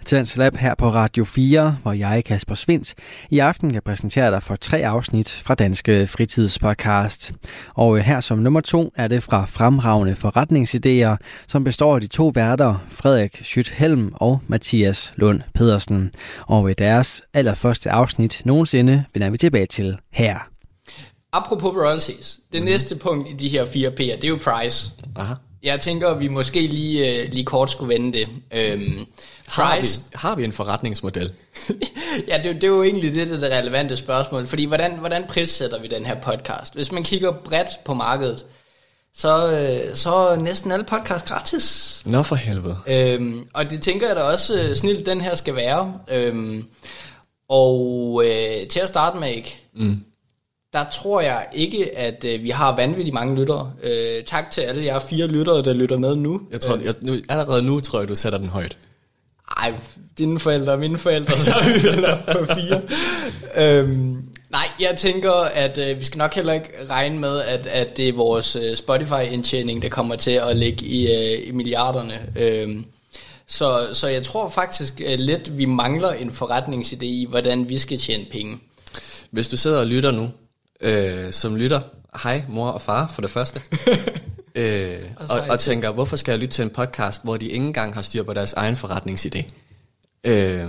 Talentlab her på Radio fire, hvor jeg, Kasper Svindt, i aften kan præsentere dig for tre afsnit fra Danske Fritidspodcast. Og her som nummer to er det fra Fremragende Forretningsidéer, som består af de to værter, Frederik Schütt-Helm og Mathias Lund Pedersen. Og i deres allerførste afsnit nogensinde vender vi tilbage til her. Apropos royalties, det mm. næste punkt i de her fire P'er, det er jo price. Aha. Jeg tænker, at vi måske lige, lige kort skulle vende det. Øhm, har, vi, har vi en forretningsmodel? ja, det, det er jo egentlig det, det relevante spørgsmål. Fordi hvordan, hvordan prissætter vi den her podcast? Hvis man kigger bredt på markedet, så, så er næsten alle podcast gratis. Nå for helvede. Øhm, og det tænker jeg da også snilt, den her skal være. Øhm, og øh, til at starte med, ikke? Mm. Der tror jeg ikke, at øh, vi har vanvittigt mange lyttere. Øh, tak til alle jer fire lyttere, der lytter med nu. Jeg tror, jeg, nu, allerede nu tror jeg, du sætter den højt. Ej, dine forældre og mine forældre, så er vi på fire. øhm, nej, jeg tænker, at øh, vi skal nok heller ikke regne med, at, at det er vores øh, Spotify-indtjening, der kommer til at ligge i, øh, i milliarderne. Øhm, så, så jeg tror faktisk øh, lidt, vi mangler en forretningsidé i, hvordan vi skal tjene penge. Hvis du sidder og lytter nu, Øh, som lytter, hej mor og far for det første, øh, og, og, og tænker, hvorfor skal jeg lytte til en podcast, hvor de ikke engang har styr på deres egen forretningsidé? Øh,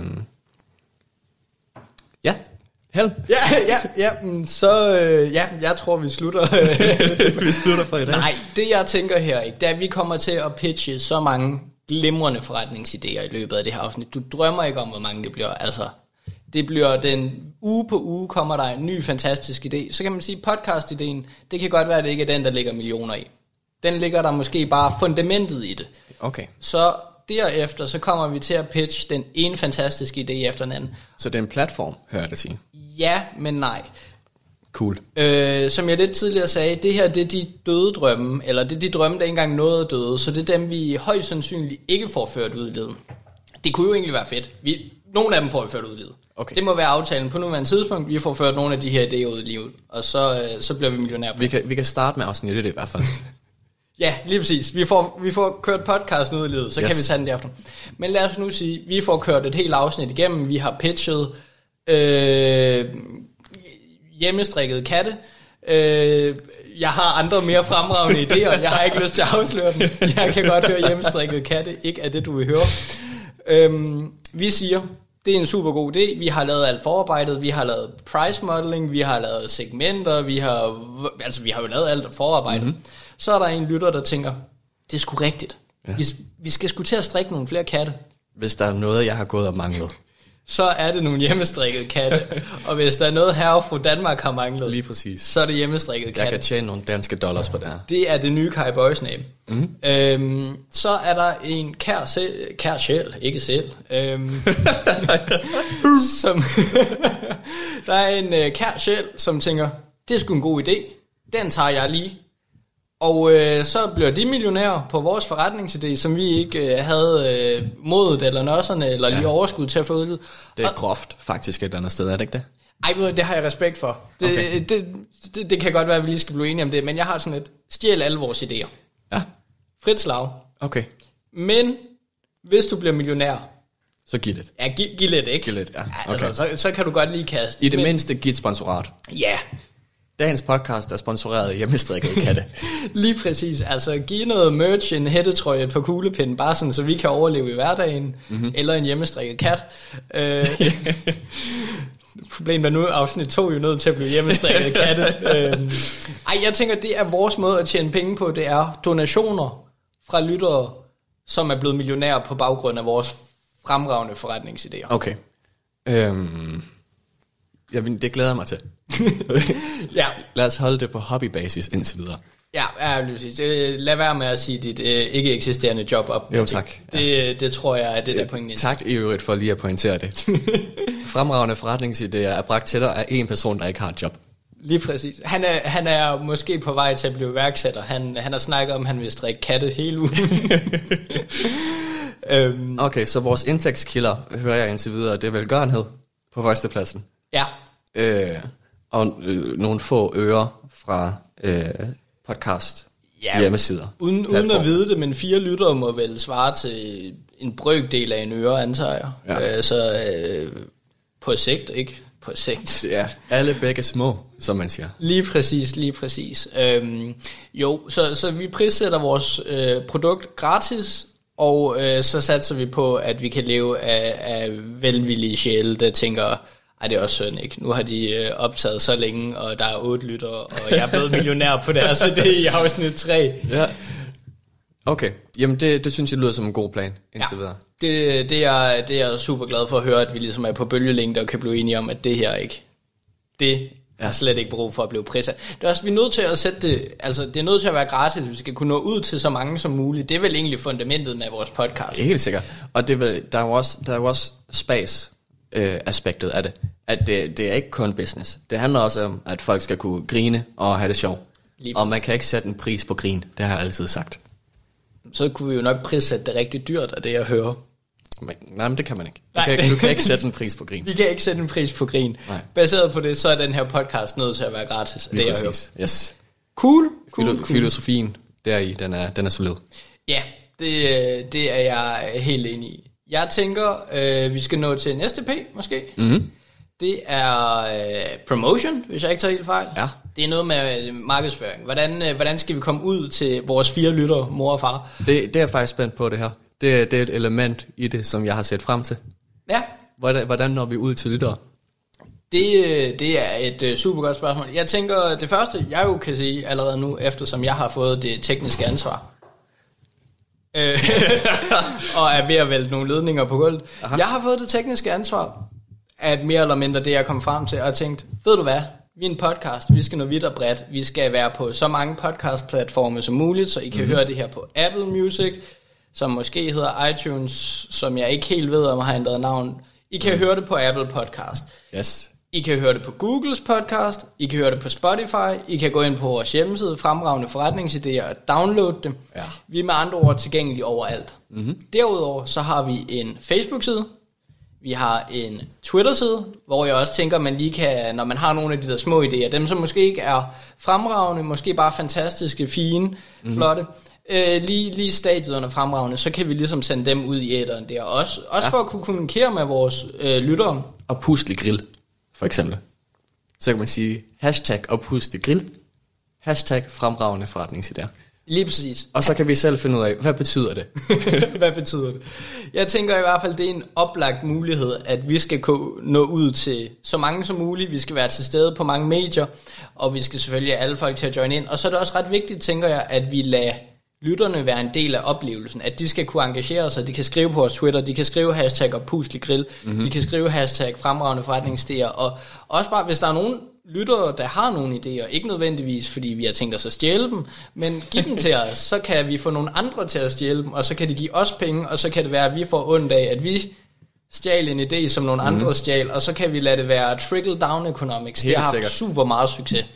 ja, Helm. Ja, ja, ja, så øh, ja, jeg tror vi slutter. vi slutter for i dag. Nej, det jeg tænker her, ikke, det er, at vi kommer til at pitche så mange glimrende forretningsidéer i løbet af det her afsnit. Du drømmer ikke om, hvor mange det bliver, altså. Det bliver den uge på uge kommer der en ny fantastisk idé. Så kan man sige, podcast-idéen, det kan godt være, at det ikke er den, der ligger millioner i. Den ligger der måske bare fundamentet i det. Okay. Så derefter, så kommer vi til at pitche den ene fantastiske idé efter den anden. Så det er en platform, hører jeg dig sige? Ja, men nej. Cool. Øh, som jeg lidt tidligere sagde, det her det er de døde drømme, eller det er de drømme, der ikke engang nåede at døde, så det er dem, vi højst sandsynligt ikke får ført ud i livet. Det kunne jo egentlig være fedt. Vi, nogle af dem får vi ført ud i livet. Okay. Det må være aftalen på nuværende tidspunkt. Vi får ført nogle af de her idéer ud i livet, og så, så bliver vi millionærer på. Vi kan, vi kan starte med afsnittet det i hvert fald. Ja, lige præcis. Vi får, vi får kørt podcasten ud i livet, så yes. kan vi tage den derefter. Men lad os nu sige, vi får kørt et helt afsnit igennem. Vi har pitchet øh, hjemmestrikket katte. Øh, jeg har andre mere fremragende idéer. Jeg har ikke lyst til at afsløre dem. Jeg kan godt høre hjemmestrikket katte. Ikke er det, du vil høre. Øh, vi siger... Det er en super god idé. Vi har lavet alt forarbejdet. Vi har lavet price modeling. Vi har lavet segmenter. Vi har, altså, vi har jo lavet alt forarbejdet. Mm-hmm. Så er der en lytter, der tænker, det er sgu rigtigt. Ja. Vi, vi skal sgu til at strikke nogle flere katte. Hvis der er noget, jeg har gået og manglet, så er det nogle hjemmestrikkede katte. Og hvis der er noget her fra Danmark har manglet, lige præcis, så er det hjemmestrikkede katte. Jeg kan tjene nogle danske dollars på det her. Det er det nye Kai Boys name. Mm-hmm. Øhm, så er der en kær, selv, kær sjæl, ikke selv, øhm, som der er en øh, kær sjæl, som tænker, det er sgu en god idé, den tager jeg lige. Og øh, så bliver de millionærer på vores forretningsidé, som vi ikke øh, havde øh, modet eller nødserne, eller lige ja. overskud til at få udledet. Det er og, groft faktisk et eller andet sted, er det ikke det? Ej, det har jeg respekt for. Det, okay. det, det, det kan godt være, at vi lige skal blive enige om det, men jeg har sådan et, stjæl alle vores idéer. Ja. Frit slag. Okay. Men hvis du bliver millionær, så giv lidt. Ja, giv, giv lidt, ikke? Giv lidt, ja. Okay. Altså, så, så kan du godt lige kaste. I det men, mindste giv et sponsorat. Ja. Dagens podcast er sponsoreret af hjemmestrikkede katte. Lige præcis. Altså, giv noget merch, en hættetrøje på kuglepinden, bare sådan, så vi kan overleve i hverdagen. Mm-hmm. Eller en hjemmestrikket kat. Øh, Problemet er nu, afsnit to jo nødt til at blive hjemmestrikket katte. øh, ej, jeg tænker, det er vores måde at tjene penge på. Det er donationer fra lyttere, som er blevet millionærer på baggrund af vores fremragende forretningsidéer. Okay. Øhm, jeg, det glæder jeg mig til. Ja. Lad os holde det på hobbybasis indtil videre. Ja, ja, præcis. Lad være med at sige dit øh, ikke eksisterende job op. Jo, tak. Det, det, det tror jeg er det der pointen. Tak i øvrigt for lige at pointere det. Fremragende forretningsidéer er bragt til dig af en person, der ikke har et job. Lige præcis. Han er, han er måske på vej til at blive iværksætter. Han, han har snakket om, at han vil strikke katte hele ugen. øhm. Okay, så vores indtægtskilder, hører jeg indtil videre, det er velgørenhed på førstepladsen. Ja. Øh, og øh, nogle få ører fra øh, podcast ja, hjemmesider. Uden, uden at vide det, men fire lyttere må vel svare til en brøkdel af en øre, antager jeg. Ja. Øh, så øh, på sigt, ikke? På sigt. Ja, alle begge små, som man siger. Lige præcis, lige præcis. Øhm, jo, så, så vi prissætter vores øh, produkt gratis, og øh, så satser vi på, at vi kan leve af, af velvillige sjæle, der tænker, ej, det er også synd, ikke? Nu har de øh, optaget så længe, og der er otte lytter, og jeg er blevet millionær på deres C D i afsnit tre. Ja. Okay, jamen det, det synes jeg lyder som en god plan indtil ja. videre. Det, det, er, det er jeg super glad for at høre, at vi ligesom er på bølgelængde og kan blive enige om, at det her ikke, det er slet ikke brug for at blive prissat. Det er også, vi er nødt til at sætte det, altså det er nødt til at være gratis, vi skal kunne nå ud til så mange som muligt. Det er vel egentlig fundamentet med vores podcast. Det er helt sikkert. Og det vil, der er jo også, der er jo også space øh, aspektet af det. At det, det er ikke kun business. Det handler også om, at folk skal kunne grine og have det sjovt. Og man kan ikke sætte en pris på grin, det har jeg altid sagt. Så kunne vi jo nok prissætte det rigtig dyrt af det, jeg hører. Men, nej, men det kan man ikke. Du, kan ikke. du kan ikke sætte en pris på grin. Vi kan ikke sætte en pris på grin. Nej. Baseret på det, så er den her podcast nødt til at være gratis. Det, jeg hører. Yes. Cool. cool, Filo- cool. Filosofien deri, den er, den er solid. Ja, det, det er jeg helt enig i. Jeg tænker, øh, vi skal nå til næste P, måske. Mm-hmm. Det er øh, promotion, hvis jeg ikke tager helt fejl. Ja. Det er noget med markedsføring. Hvordan, øh, hvordan skal vi komme ud til vores fire lyttere, mor og far? Det, det er jeg faktisk spændt på, det her. Det, det er et element i det, som jeg har set frem til. Ja. Hvordan, hvordan når vi ud til lyttere? Det, det er et uh, super godt spørgsmål. Jeg tænker, det første, jeg jo kan sige allerede nu, eftersom jeg har fået det tekniske ansvar, øh, og er ved at vælte nogle ledninger på gulvet. Aha. Jeg har fået det tekniske ansvar, at mere eller mindre det, jeg kom frem til, og tænkt, ved du hvad, vi er en podcast, vi skal nå vidt og bredt, vi skal være på så mange podcast-platforme som muligt, så I kan mm-hmm. høre det her på Apple Music, som måske hedder iTunes, som jeg ikke helt ved, om har ændret navn. I kan mm. høre det på Apple Podcast. Yes. I kan høre det på Googles podcast, I kan høre det på Spotify, I kan gå ind på vores hjemmeside, Fremragende Forretningsidéer, og downloade dem. Ja. Vi er med andre ord tilgængelige overalt. Mm-hmm. Derudover så har vi en Facebook-side, vi har en Twitter-side, hvor jeg også tænker, man lige kan, når man har nogle af de der små idéer, dem som måske ikke er fremragende, måske bare fantastiske, fine, mm-hmm. flotte, øh, lige, lige stadiet under fremragende, så kan vi ligesom sende dem ud i æteren der. Også, også ja. for at kunne kommunikere med vores øh, lyttere. Og pusle grill, for eksempel. Så kan man sige hashtag og pusle grill, hashtag fremragende forretningsidéer. Lige præcis. Og så kan vi selv finde ud af, hvad betyder det? Hvad betyder det? Jeg tænker i hvert fald, det er en oplagt mulighed, at vi skal kunne nå ud til så mange som muligt. Vi skal være til stede på mange medier, og vi skal selvfølgelig have alle folk til at join ind. Og så er det også ret vigtigt, tænker jeg, at vi lader lytterne være en del af oplevelsen. At de skal kunne engagere sig. De kan skrive på vores Twitter, de kan skrive hashtag og pusle grill, mm-hmm. de kan skrive hashtag fremragende forretningsidéer. Og også bare, hvis der er nogen lyttere, der har nogle idéer, ikke nødvendigvis, fordi vi har tænkt os at stjæle dem, men giv dem til os, så kan vi få nogle andre til at stjæle dem, og så kan de give os penge, og så kan det være, at vi får ondt af, at vi stjæl en idé, som nogle andre mm. stjæl, og så kan vi lade det være trickle-down economics. Helt det har haft super meget succes.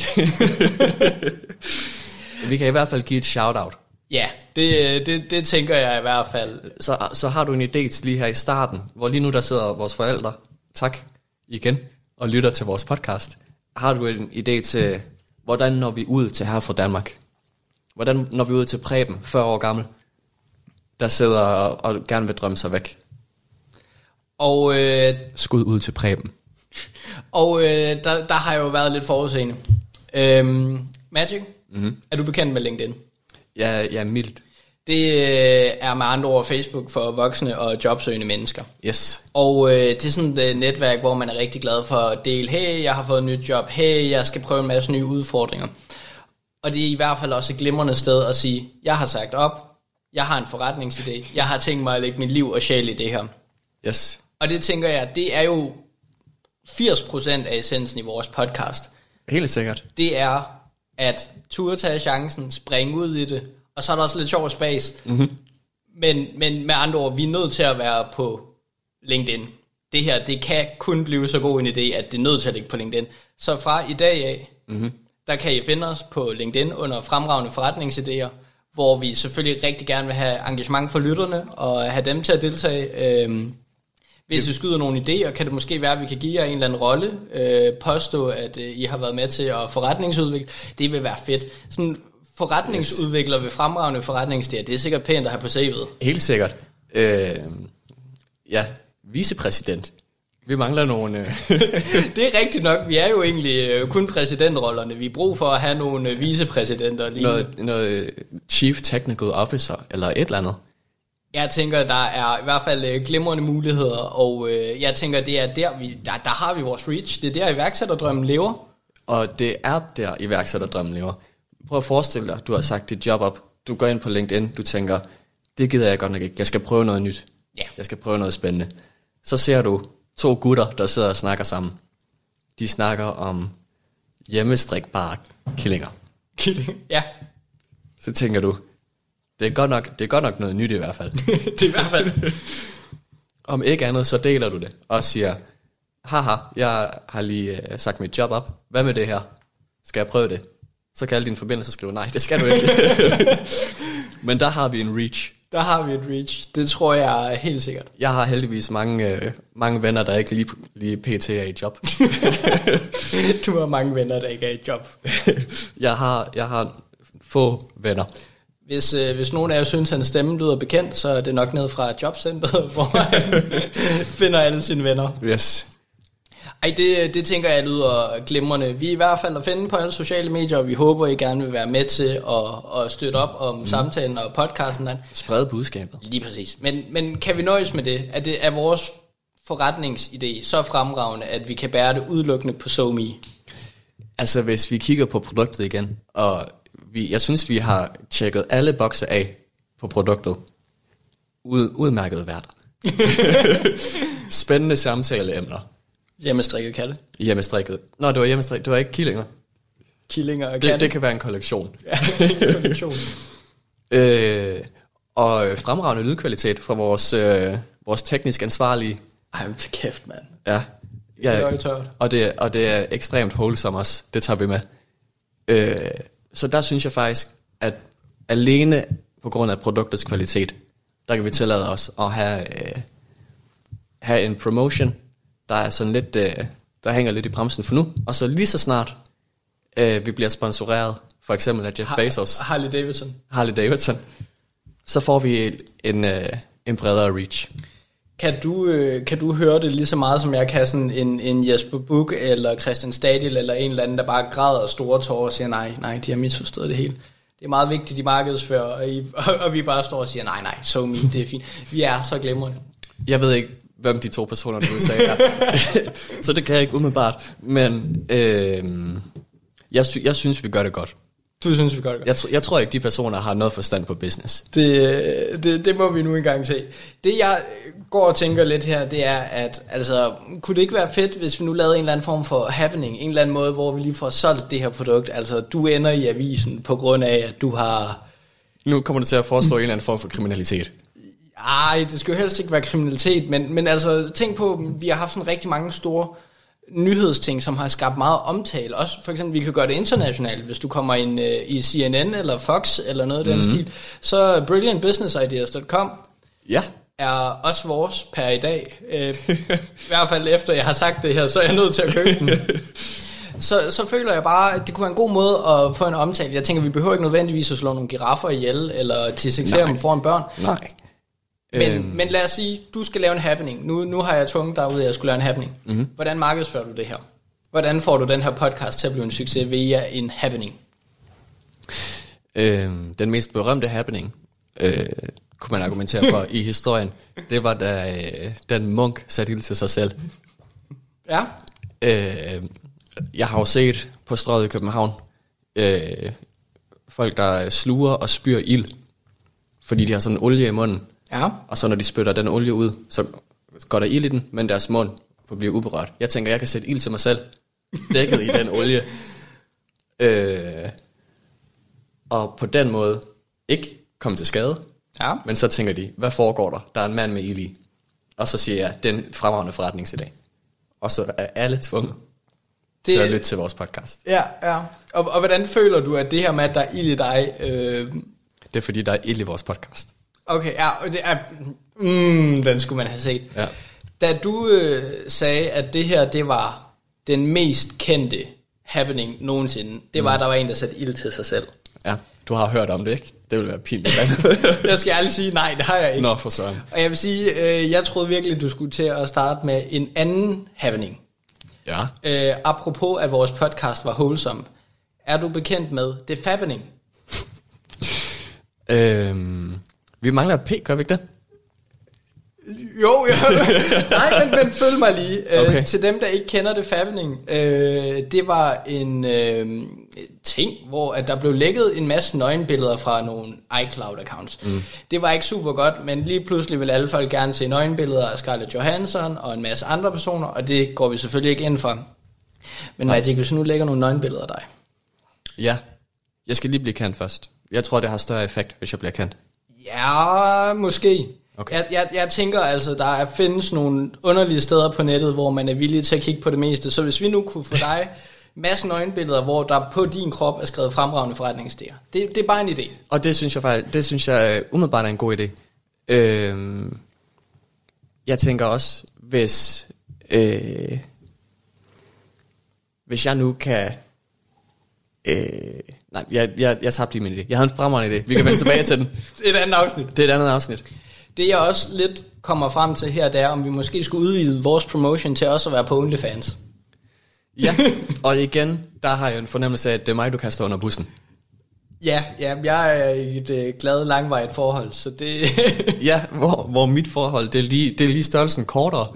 Vi kan i hvert fald give et shout-out. Ja, det, det, det tænker jeg i hvert fald. Så, så har du en idé til lige her i starten, hvor lige nu der sidder vores forældre, tak igen, og lytter til vores podcast. Har du en idé til, hvordan når vi ud til her fra Danmark? Hvordan når vi ud til Preben, fyrre år gammel, der sidder og, og gerne vil drømme sig væk? Og øh, skud ud til Preben. Og øh, der, der har jo været lidt forudseende. Øhm, Magic, mm-hmm. er du bekendt med LinkedIn? Ja, ja, mildt. Det øh, er med andre ord Facebook for voksne og jobsøgende mennesker. Yes. Og øh, det er sådan et netværk, hvor man er rigtig glad for at dele, hey, jeg har fået et nyt job, hey, jeg skal prøve en masse nye udfordringer. Og det er i hvert fald også et glimrende sted at sige, jeg har sagt op, jeg har en forretningsidé, jeg har tænkt mig at lægge mit liv og sjæl i det her. Yes. Og det tænker jeg, det er jo firs procent af essensen i vores podcast. Helt sikkert. Det er at turde tage chancen, springe ud i det, og så er der også lidt sjov spas. Mm-hmm. Men, men med andre ord, vi er nødt til at være på LinkedIn. Det her, det kan kun blive så god en idé, at det er nødt til at ligge på LinkedIn. Så fra i dag af, mm-hmm. der kan I finde os på LinkedIn under Fremragende Forretningsidéer, hvor vi selvfølgelig rigtig gerne vil have engagement for lytterne, og have dem til at deltage. Øhm, Hvis I skyder nogle idéer, kan det måske være, at vi kan give jer en eller anden rolle, øh, påstå, at øh, I har været med til at forretningsudvikle. Det vil være fedt. Sådan forretningsudvikler ved Fremragende Forretningsidéer, det er sikkert pænt at have på C V'et. Helt sikkert. Øh, ja, vicepræsident. Vi mangler nogle... Øh... Det er rigtigt nok. Vi er jo egentlig øh, kun præsidentrollerne. Vi er brug for at have nogle øh, vicepræsidenter. Noget, noget chief technical officer, eller et eller andet. Jeg tænker, der er i hvert fald øh, glimrende muligheder, og øh, jeg tænker, det er der, vi, der, der har vi vores reach. Det er der, iværksætterdrømmen lever. Og det er der, iværksætterdrømmen lever. Prøv at forestille dig, du har sagt dit job op. Du går ind på LinkedIn, du tænker, det gider jeg godt nok ikke. Jeg skal prøve noget nyt. Ja. Jeg skal prøve noget spændende. Så ser du to gutter, der sidder og snakker sammen. De snakker om hjemmestrikbare killinger. Killing, ja. Så tænker du, det er godt nok, det er godt nok noget nyt i hvert fald. Det er i hvert fald. Om ikke andet, så deler du det og siger, haha, jeg har lige uh, sagt mit job op. Hvad med det her? Skal jeg prøve det? Så kan alle dine forbindelser skrive, nej, det skal du ikke. Men der har vi en reach. Der har vi et reach. Det tror jeg er helt sikkert. Jeg har heldigvis mange, øh, mange venner, der ikke lige, lige pt. Er i job. Du har mange venner, der ikke er i job. jeg, har, jeg har få venner. Hvis, øh, hvis nogen af jer synes, at hans stemme lyder bekendt, så er det nok ned fra jobcentret, hvor han finder alle sine venner. Yes. Ej, det, det tænker jeg lyder glimrende. Vi er i hvert fald at finde på alle sociale medier, og vi håber, I gerne vil være med til at, at støtte op om mm. samtalen og podcasten. Sprede budskabet. Lige præcis. Men, men kan vi nøjes med det? Er det er vores forretningsidé så fremragende, at vi kan bære det udelukkende på SoMe? Altså, hvis vi kigger på produktet igen, og vi, jeg synes, vi har tjekket alle bokse af på produktet. Ud, udmærket værter. Spændende samtaleemner. Hjemmestrikket katte. Hjemmestrikket. Nå, det var hjemmestrikket. Det var ikke killinger. Killinger og det, katte. det kan være en kollektion. Ja, det er en kollektion. øh, og fremragende lydkvalitet fra vores, øh, vores teknisk ansvarlige. Ej, men til kæft, mand. Ja. Ja, det er og, det, og det er ekstremt wholesome også. Det tager vi med. Øh, så der synes jeg faktisk, at alene på grund af produktets kvalitet, der kan vi tillade os at have, øh, have en promotion, der er sådan lidt, øh, der hænger lidt i bremsen for nu. Og så lige så snart øh, vi bliver sponsoreret, for eksempel af Jeff Har- Bezos, Harley Davidson, Harley Davidson, så får vi en, øh, en bredere reach. Kan du, øh, kan du høre det lige så meget, som jeg kan sådan en, en Jesper Buch eller Christian Stadil eller en eller anden, der bare græder store tårer og siger, nej, nej, de har misforstået det hele. Det er meget vigtigt, de markedsfører, og, I, og, og vi bare står og siger, nej, nej, SoMe, det er fint. Vi er så glimrende. Jeg ved ikke, hvem de to personer, du sagde er. Så det kan jeg ikke umiddelbart. Men øh, jeg, sy- jeg synes, vi gør det godt. Du synes, vi gør det godt? Jeg, tr- jeg tror ikke, de personer har noget forstand på business. Det, det, det må vi nu engang se. Det, jeg går og tænker lidt her, det er, at altså, kunne det ikke være fedt, hvis vi nu lavede en eller anden form for happening, en eller anden måde, hvor vi lige får solgt det her produkt. Altså, du ender i avisen på grund af, at du har... Nu kommer du til at forestå en eller anden form for kriminalitet. Ej, det skal jo helst ikke være kriminalitet, men, men altså, tænk på, vi har haft sådan rigtig mange store nyhedsting, som har skabt meget omtale. Også for eksempel, vi kan gøre det internationalt, hvis du kommer ind uh, i C N N eller Fox eller noget af den mm-hmm. stil. Så brilliant business ideas punktum com ja. er også vores per i dag. Uh, I hvert fald efter jeg har sagt det her, så er jeg nødt til at købe den. Så, så føler jeg bare, at det kunne være en god måde at få en omtale. Jeg tænker, vi behøver ikke nødvendigvis at slå nogle giraffer ihjel, eller dissektere dem foran børn. Nej. Men, øhm. men lad os sige, du skal lave en happening. Nu, nu har jeg tvunget dig ud af, at jeg skulle lave en happening. Mm-hmm. Hvordan markedsfører du det her? Hvordan får du den her podcast til at blive en succes via en happening? Øhm, den mest berømte happening, øh, kunne man argumentere for i historien, det var da øh, den munk satte ild til sig selv. Ja. Øh, jeg har jo set på Strøget i København, øh, folk der sluger og spyr ild, fordi de har sådan en olie i munden. Ja. Og så når de spytter den olie ud, så går der ild i den, men deres mund forbliver uberørt. Jeg tænker, jeg kan sætte ild til mig selv, dækket i den olie. Øh, og på den måde ikke komme til skade. Ja. Men så tænker de, hvad foregår der? Der er en mand med ild i. Og så siger jeg, det er en fremragende forretningsidé. Og så er alle tvunget det... til at lytte til vores podcast. Ja, ja. Og, og hvordan føler du, at det her med, at der er ild i dig... Øh... Det er fordi, der er ild i vores podcast. Okay, ja, og det er... Mm, den skulle man have set. Ja. Da du øh, sagde, at det her, det var den mest kendte happening nogensinde, det var, mm. at der var en, der satte ild til sig selv. Ja, du har hørt om det, ikke? Det ville være pinligt. Jeg skal ærligt sige, nej, det har jeg ikke. Nå, for søren. Og jeg vil sige, øh, jeg troede virkelig, du skulle til at starte med en anden happening. Ja. Øh, apropos, at vores podcast var wholesome. Er du bekendt med det fappening? øhm, vi mangler et P, gør vi ikke det? Jo, ja. Nej, men, men følg mig lige. Okay. Øh, til dem, der ikke kender det fappening, øh, det var en øh, ting, hvor at der blev lækket en masse nøgenbilleder fra nogle iCloud-accounts. Mm. Det var ikke super godt, men lige pludselig ville alle folk gerne se nøgenbilleder af Scarlett Johansson og en masse andre personer, og det går vi selvfølgelig ikke ind for. Men Magic, hvis nu lægger nogle nøgenbilleder af dig. Ja, jeg skal lige blive kendt først. Jeg tror, det har større effekt, hvis jeg bliver kendt. Ja, måske. Okay. Jeg, jeg, jeg tænker altså, der er, findes nogle underlige steder på nettet, hvor man er villig til at kigge på det meste. Så hvis vi nu kunne få dig masse nøgenbilleder, hvor der på din krop er skrevet fremragende forretningsidéer. Det, det er bare en idé. Og det synes jeg faktisk, det synes jeg umiddelbart er en god idé. Øhm, jeg tænker også, hvis øh, hvis jeg nu kan øh, nej, jeg, jeg, jeg tabte lige min idé. Jeg havde en fremragende idé. Vi kan vende tilbage til den. Det er et andet afsnit. Det er et andet afsnit. Det jeg også lidt kommer frem til her, det er, om vi måske skulle udvide vores promotion til også at være på OnlyFans. Ja, og igen, der har jeg en fornemmelse af, at det er mig, du kaster under bussen. Ja, ja, jeg er i et øh, glad, langvarigt forhold, så det... Ja, hvor, hvor mit forhold, det er lige, det er lige størrelsen kortere.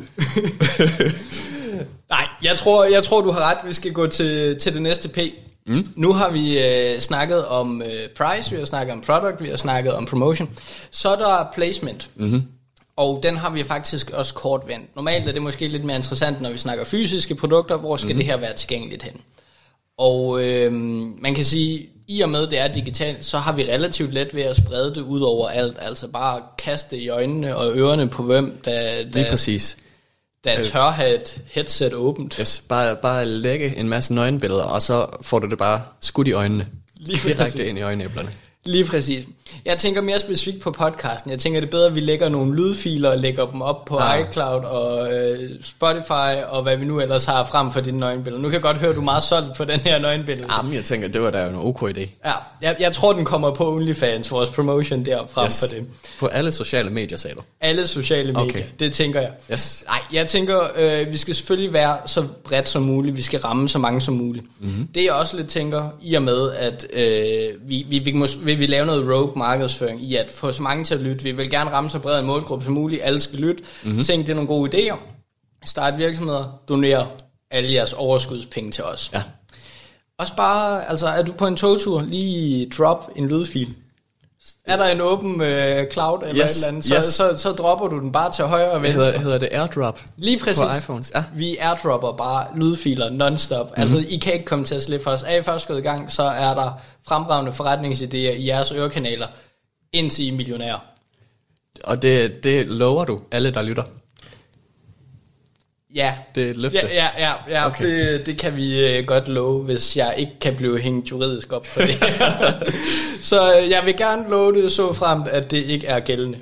Nej, jeg tror, jeg tror, du har ret. Vi skal gå til, til det næste P. Mm. Nu har vi øh, snakket om øh, price, vi har snakket om product, vi har snakket om promotion. Så er der placement. Mm-hmm. Og den har vi faktisk også kort vendt. Normalt er det måske lidt mere interessant, når vi snakker fysiske produkter. Hvor skal mm-hmm. det her være tilgængeligt hen? Og øh, man kan sige, i og med det er digitalt, så har vi relativt let ved at sprede det ud over alt. Altså bare kaste i øjnene og ørerne på hvem, der, der, Lige præcis. der tør have et headset åbent. Yes, bare, bare lægge en masse nøgenbilleder, og så får du det bare skudt i øjnene. Lige direkte ind i øjenæblerne. Lige præcis. Jeg tænker mere specifikt på podcasten. Jeg tænker, det er bedre, at vi lægger nogle lydfiler og lægger dem op på ah. iCloud og øh, Spotify og hvad vi nu ellers har frem for dine nøgenbilleder. Nu kan jeg godt høre, at du er meget solgt på den her nøgenbillede. Jamen, jeg tænker, det var da jo en ok idé. Ja, jeg, jeg tror, den kommer på OnlyFans, vores promotion der frem yes. for det. På alle sociale medier, sagde du? Alle sociale medier, okay. Det tænker jeg. Yes. Nej, jeg tænker, øh, vi skal selvfølgelig være så bredt som muligt. Vi skal ramme så mange som muligt. Mm-hmm. Det jeg også lidt tænker, i og med, at øh, vi, vi, vi, må, vi vil lave noget rogue markedsføring i at få så mange til at lytte. Vi vil gerne ramme så bred en målgruppe som muligt. Alle skal lytte. Mm-hmm. Tænk, det er nogle gode idéer. Start virksomheder. Donere alle jeres overskudspenge til os. Ja. Også bare, altså er du på en togtur, lige drop en lydfil. Er der en åben øh, cloud eller yes, et eller andet, så, yes. så, så, så dropper du den bare til højre og venstre. Hedder, hedder det airdrop? Lige præcis. På iPhones, ja. Vi airdropper bare lydfiler non-stop. Mm-hmm. Altså, I kan ikke komme til at slippe for os. Er I først gået i gang, så er der fremragende forretningsidéer i jeres ørekanaler, indtil I er millionærer. Og det, det lover du alle, der lytter? Ja. Det er et løfte? Ja, ja, ja, ja okay. det, det kan vi uh, godt love, hvis jeg ikke kan blive hængt juridisk op på det. Så uh, jeg vil gerne love det så fremt, at det ikke er gældende.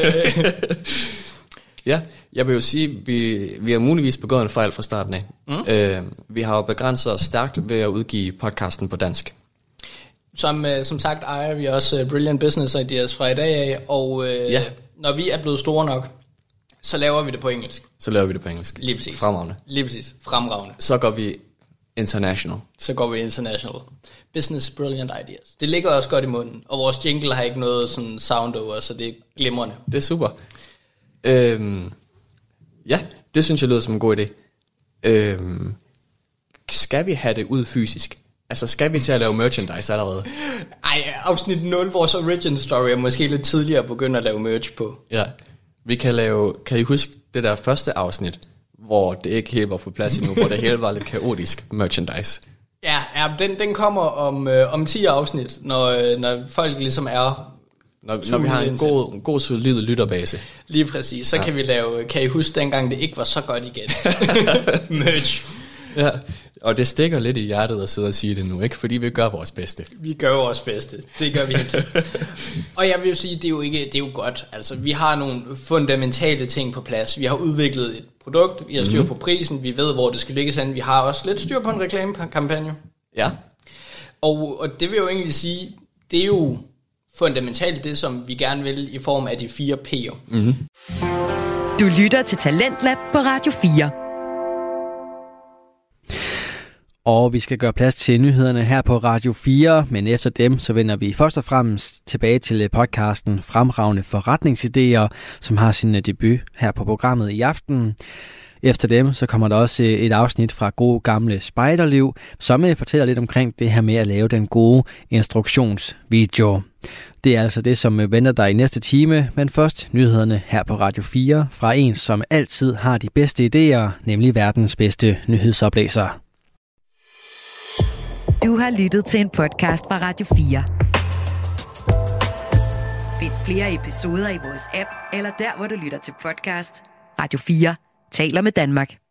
Ja, jeg vil jo sige, at vi, vi har muligvis begået en fejl fra starten af. Mm. Uh, vi har jo begrænset os stærkt ved at udgive podcasten på dansk. Som, uh, som sagt ejer vi også uh, Brilliant Business Ideas fra i dag af, og uh, ja. når vi er blevet store nok, så laver vi det på engelsk. Så laver vi det på engelsk. Lige præcis. Fremragende. Lige præcis. Fremragende. Så går vi international. Så går vi international. Business Brilliant Ideas. Det ligger også godt i munden. Og vores jingle har ikke noget sådan sound over, så det er glimrende. Det er super. Øhm, ja, det synes jeg lyder som en god idé. Øhm, skal vi have det ud fysisk? Altså, skal vi til at lave merchandise allerede? Ej, afsnit nul, vores origin story er måske lidt tidligere at begynde at lave merch på. Ja. Vi kan lave, kan I huske det der første afsnit, hvor det ikke helt var på plads endnu, hvor det hele var lidt kaotisk merchandise? Ja, ja den, den kommer om, øh, om ti afsnit, når, når folk ligesom er... Når, når vi har en god, en god solid lytterbase. Lige præcis, så ja. kan vi lave, kan I huske dengang det ikke var så godt igen? Merch. Ja, og det stikker lidt i hjertet at sidde og sige det nu, ikke? Fordi vi gør vores bedste. Vi gør vores bedste, det gør vi helt. Og jeg vil jo sige, det er jo ikke, det er jo godt. Altså, vi har nogle fundamentale ting på plads. Vi har udviklet et produkt, vi har styr på prisen, vi ved, hvor det skal ligge hen. Vi har også lidt styr på en reklamekampagne. Ja. Og, og det vil jo egentlig sige, det er jo fundamentalt det, som vi gerne vil i form af de fire P'er. Mm-hmm. Du lytter til Talentlab på Radio fire. Og vi skal gøre plads til nyhederne her på Radio fire, men efter dem så vender vi først og fremmest tilbage til podcasten Fremragende forretningsidéer, som har sin debut her på programmet i aften. Efter dem så kommer der også et afsnit fra Gode Gamle Spejderliv, som fortæller lidt omkring det her med at lave den gode instruktionsvideo. Det er altså det, som venter dig i næste time, men først nyhederne her på Radio fire fra en, som altid har de bedste idéer, nemlig verdens bedste nyhedsoplæser. Du har lyttet til en podcast fra Radio fire. Find flere episoder i vores app, eller der, hvor du lytter til podcast. Radio fire taler med Danmark.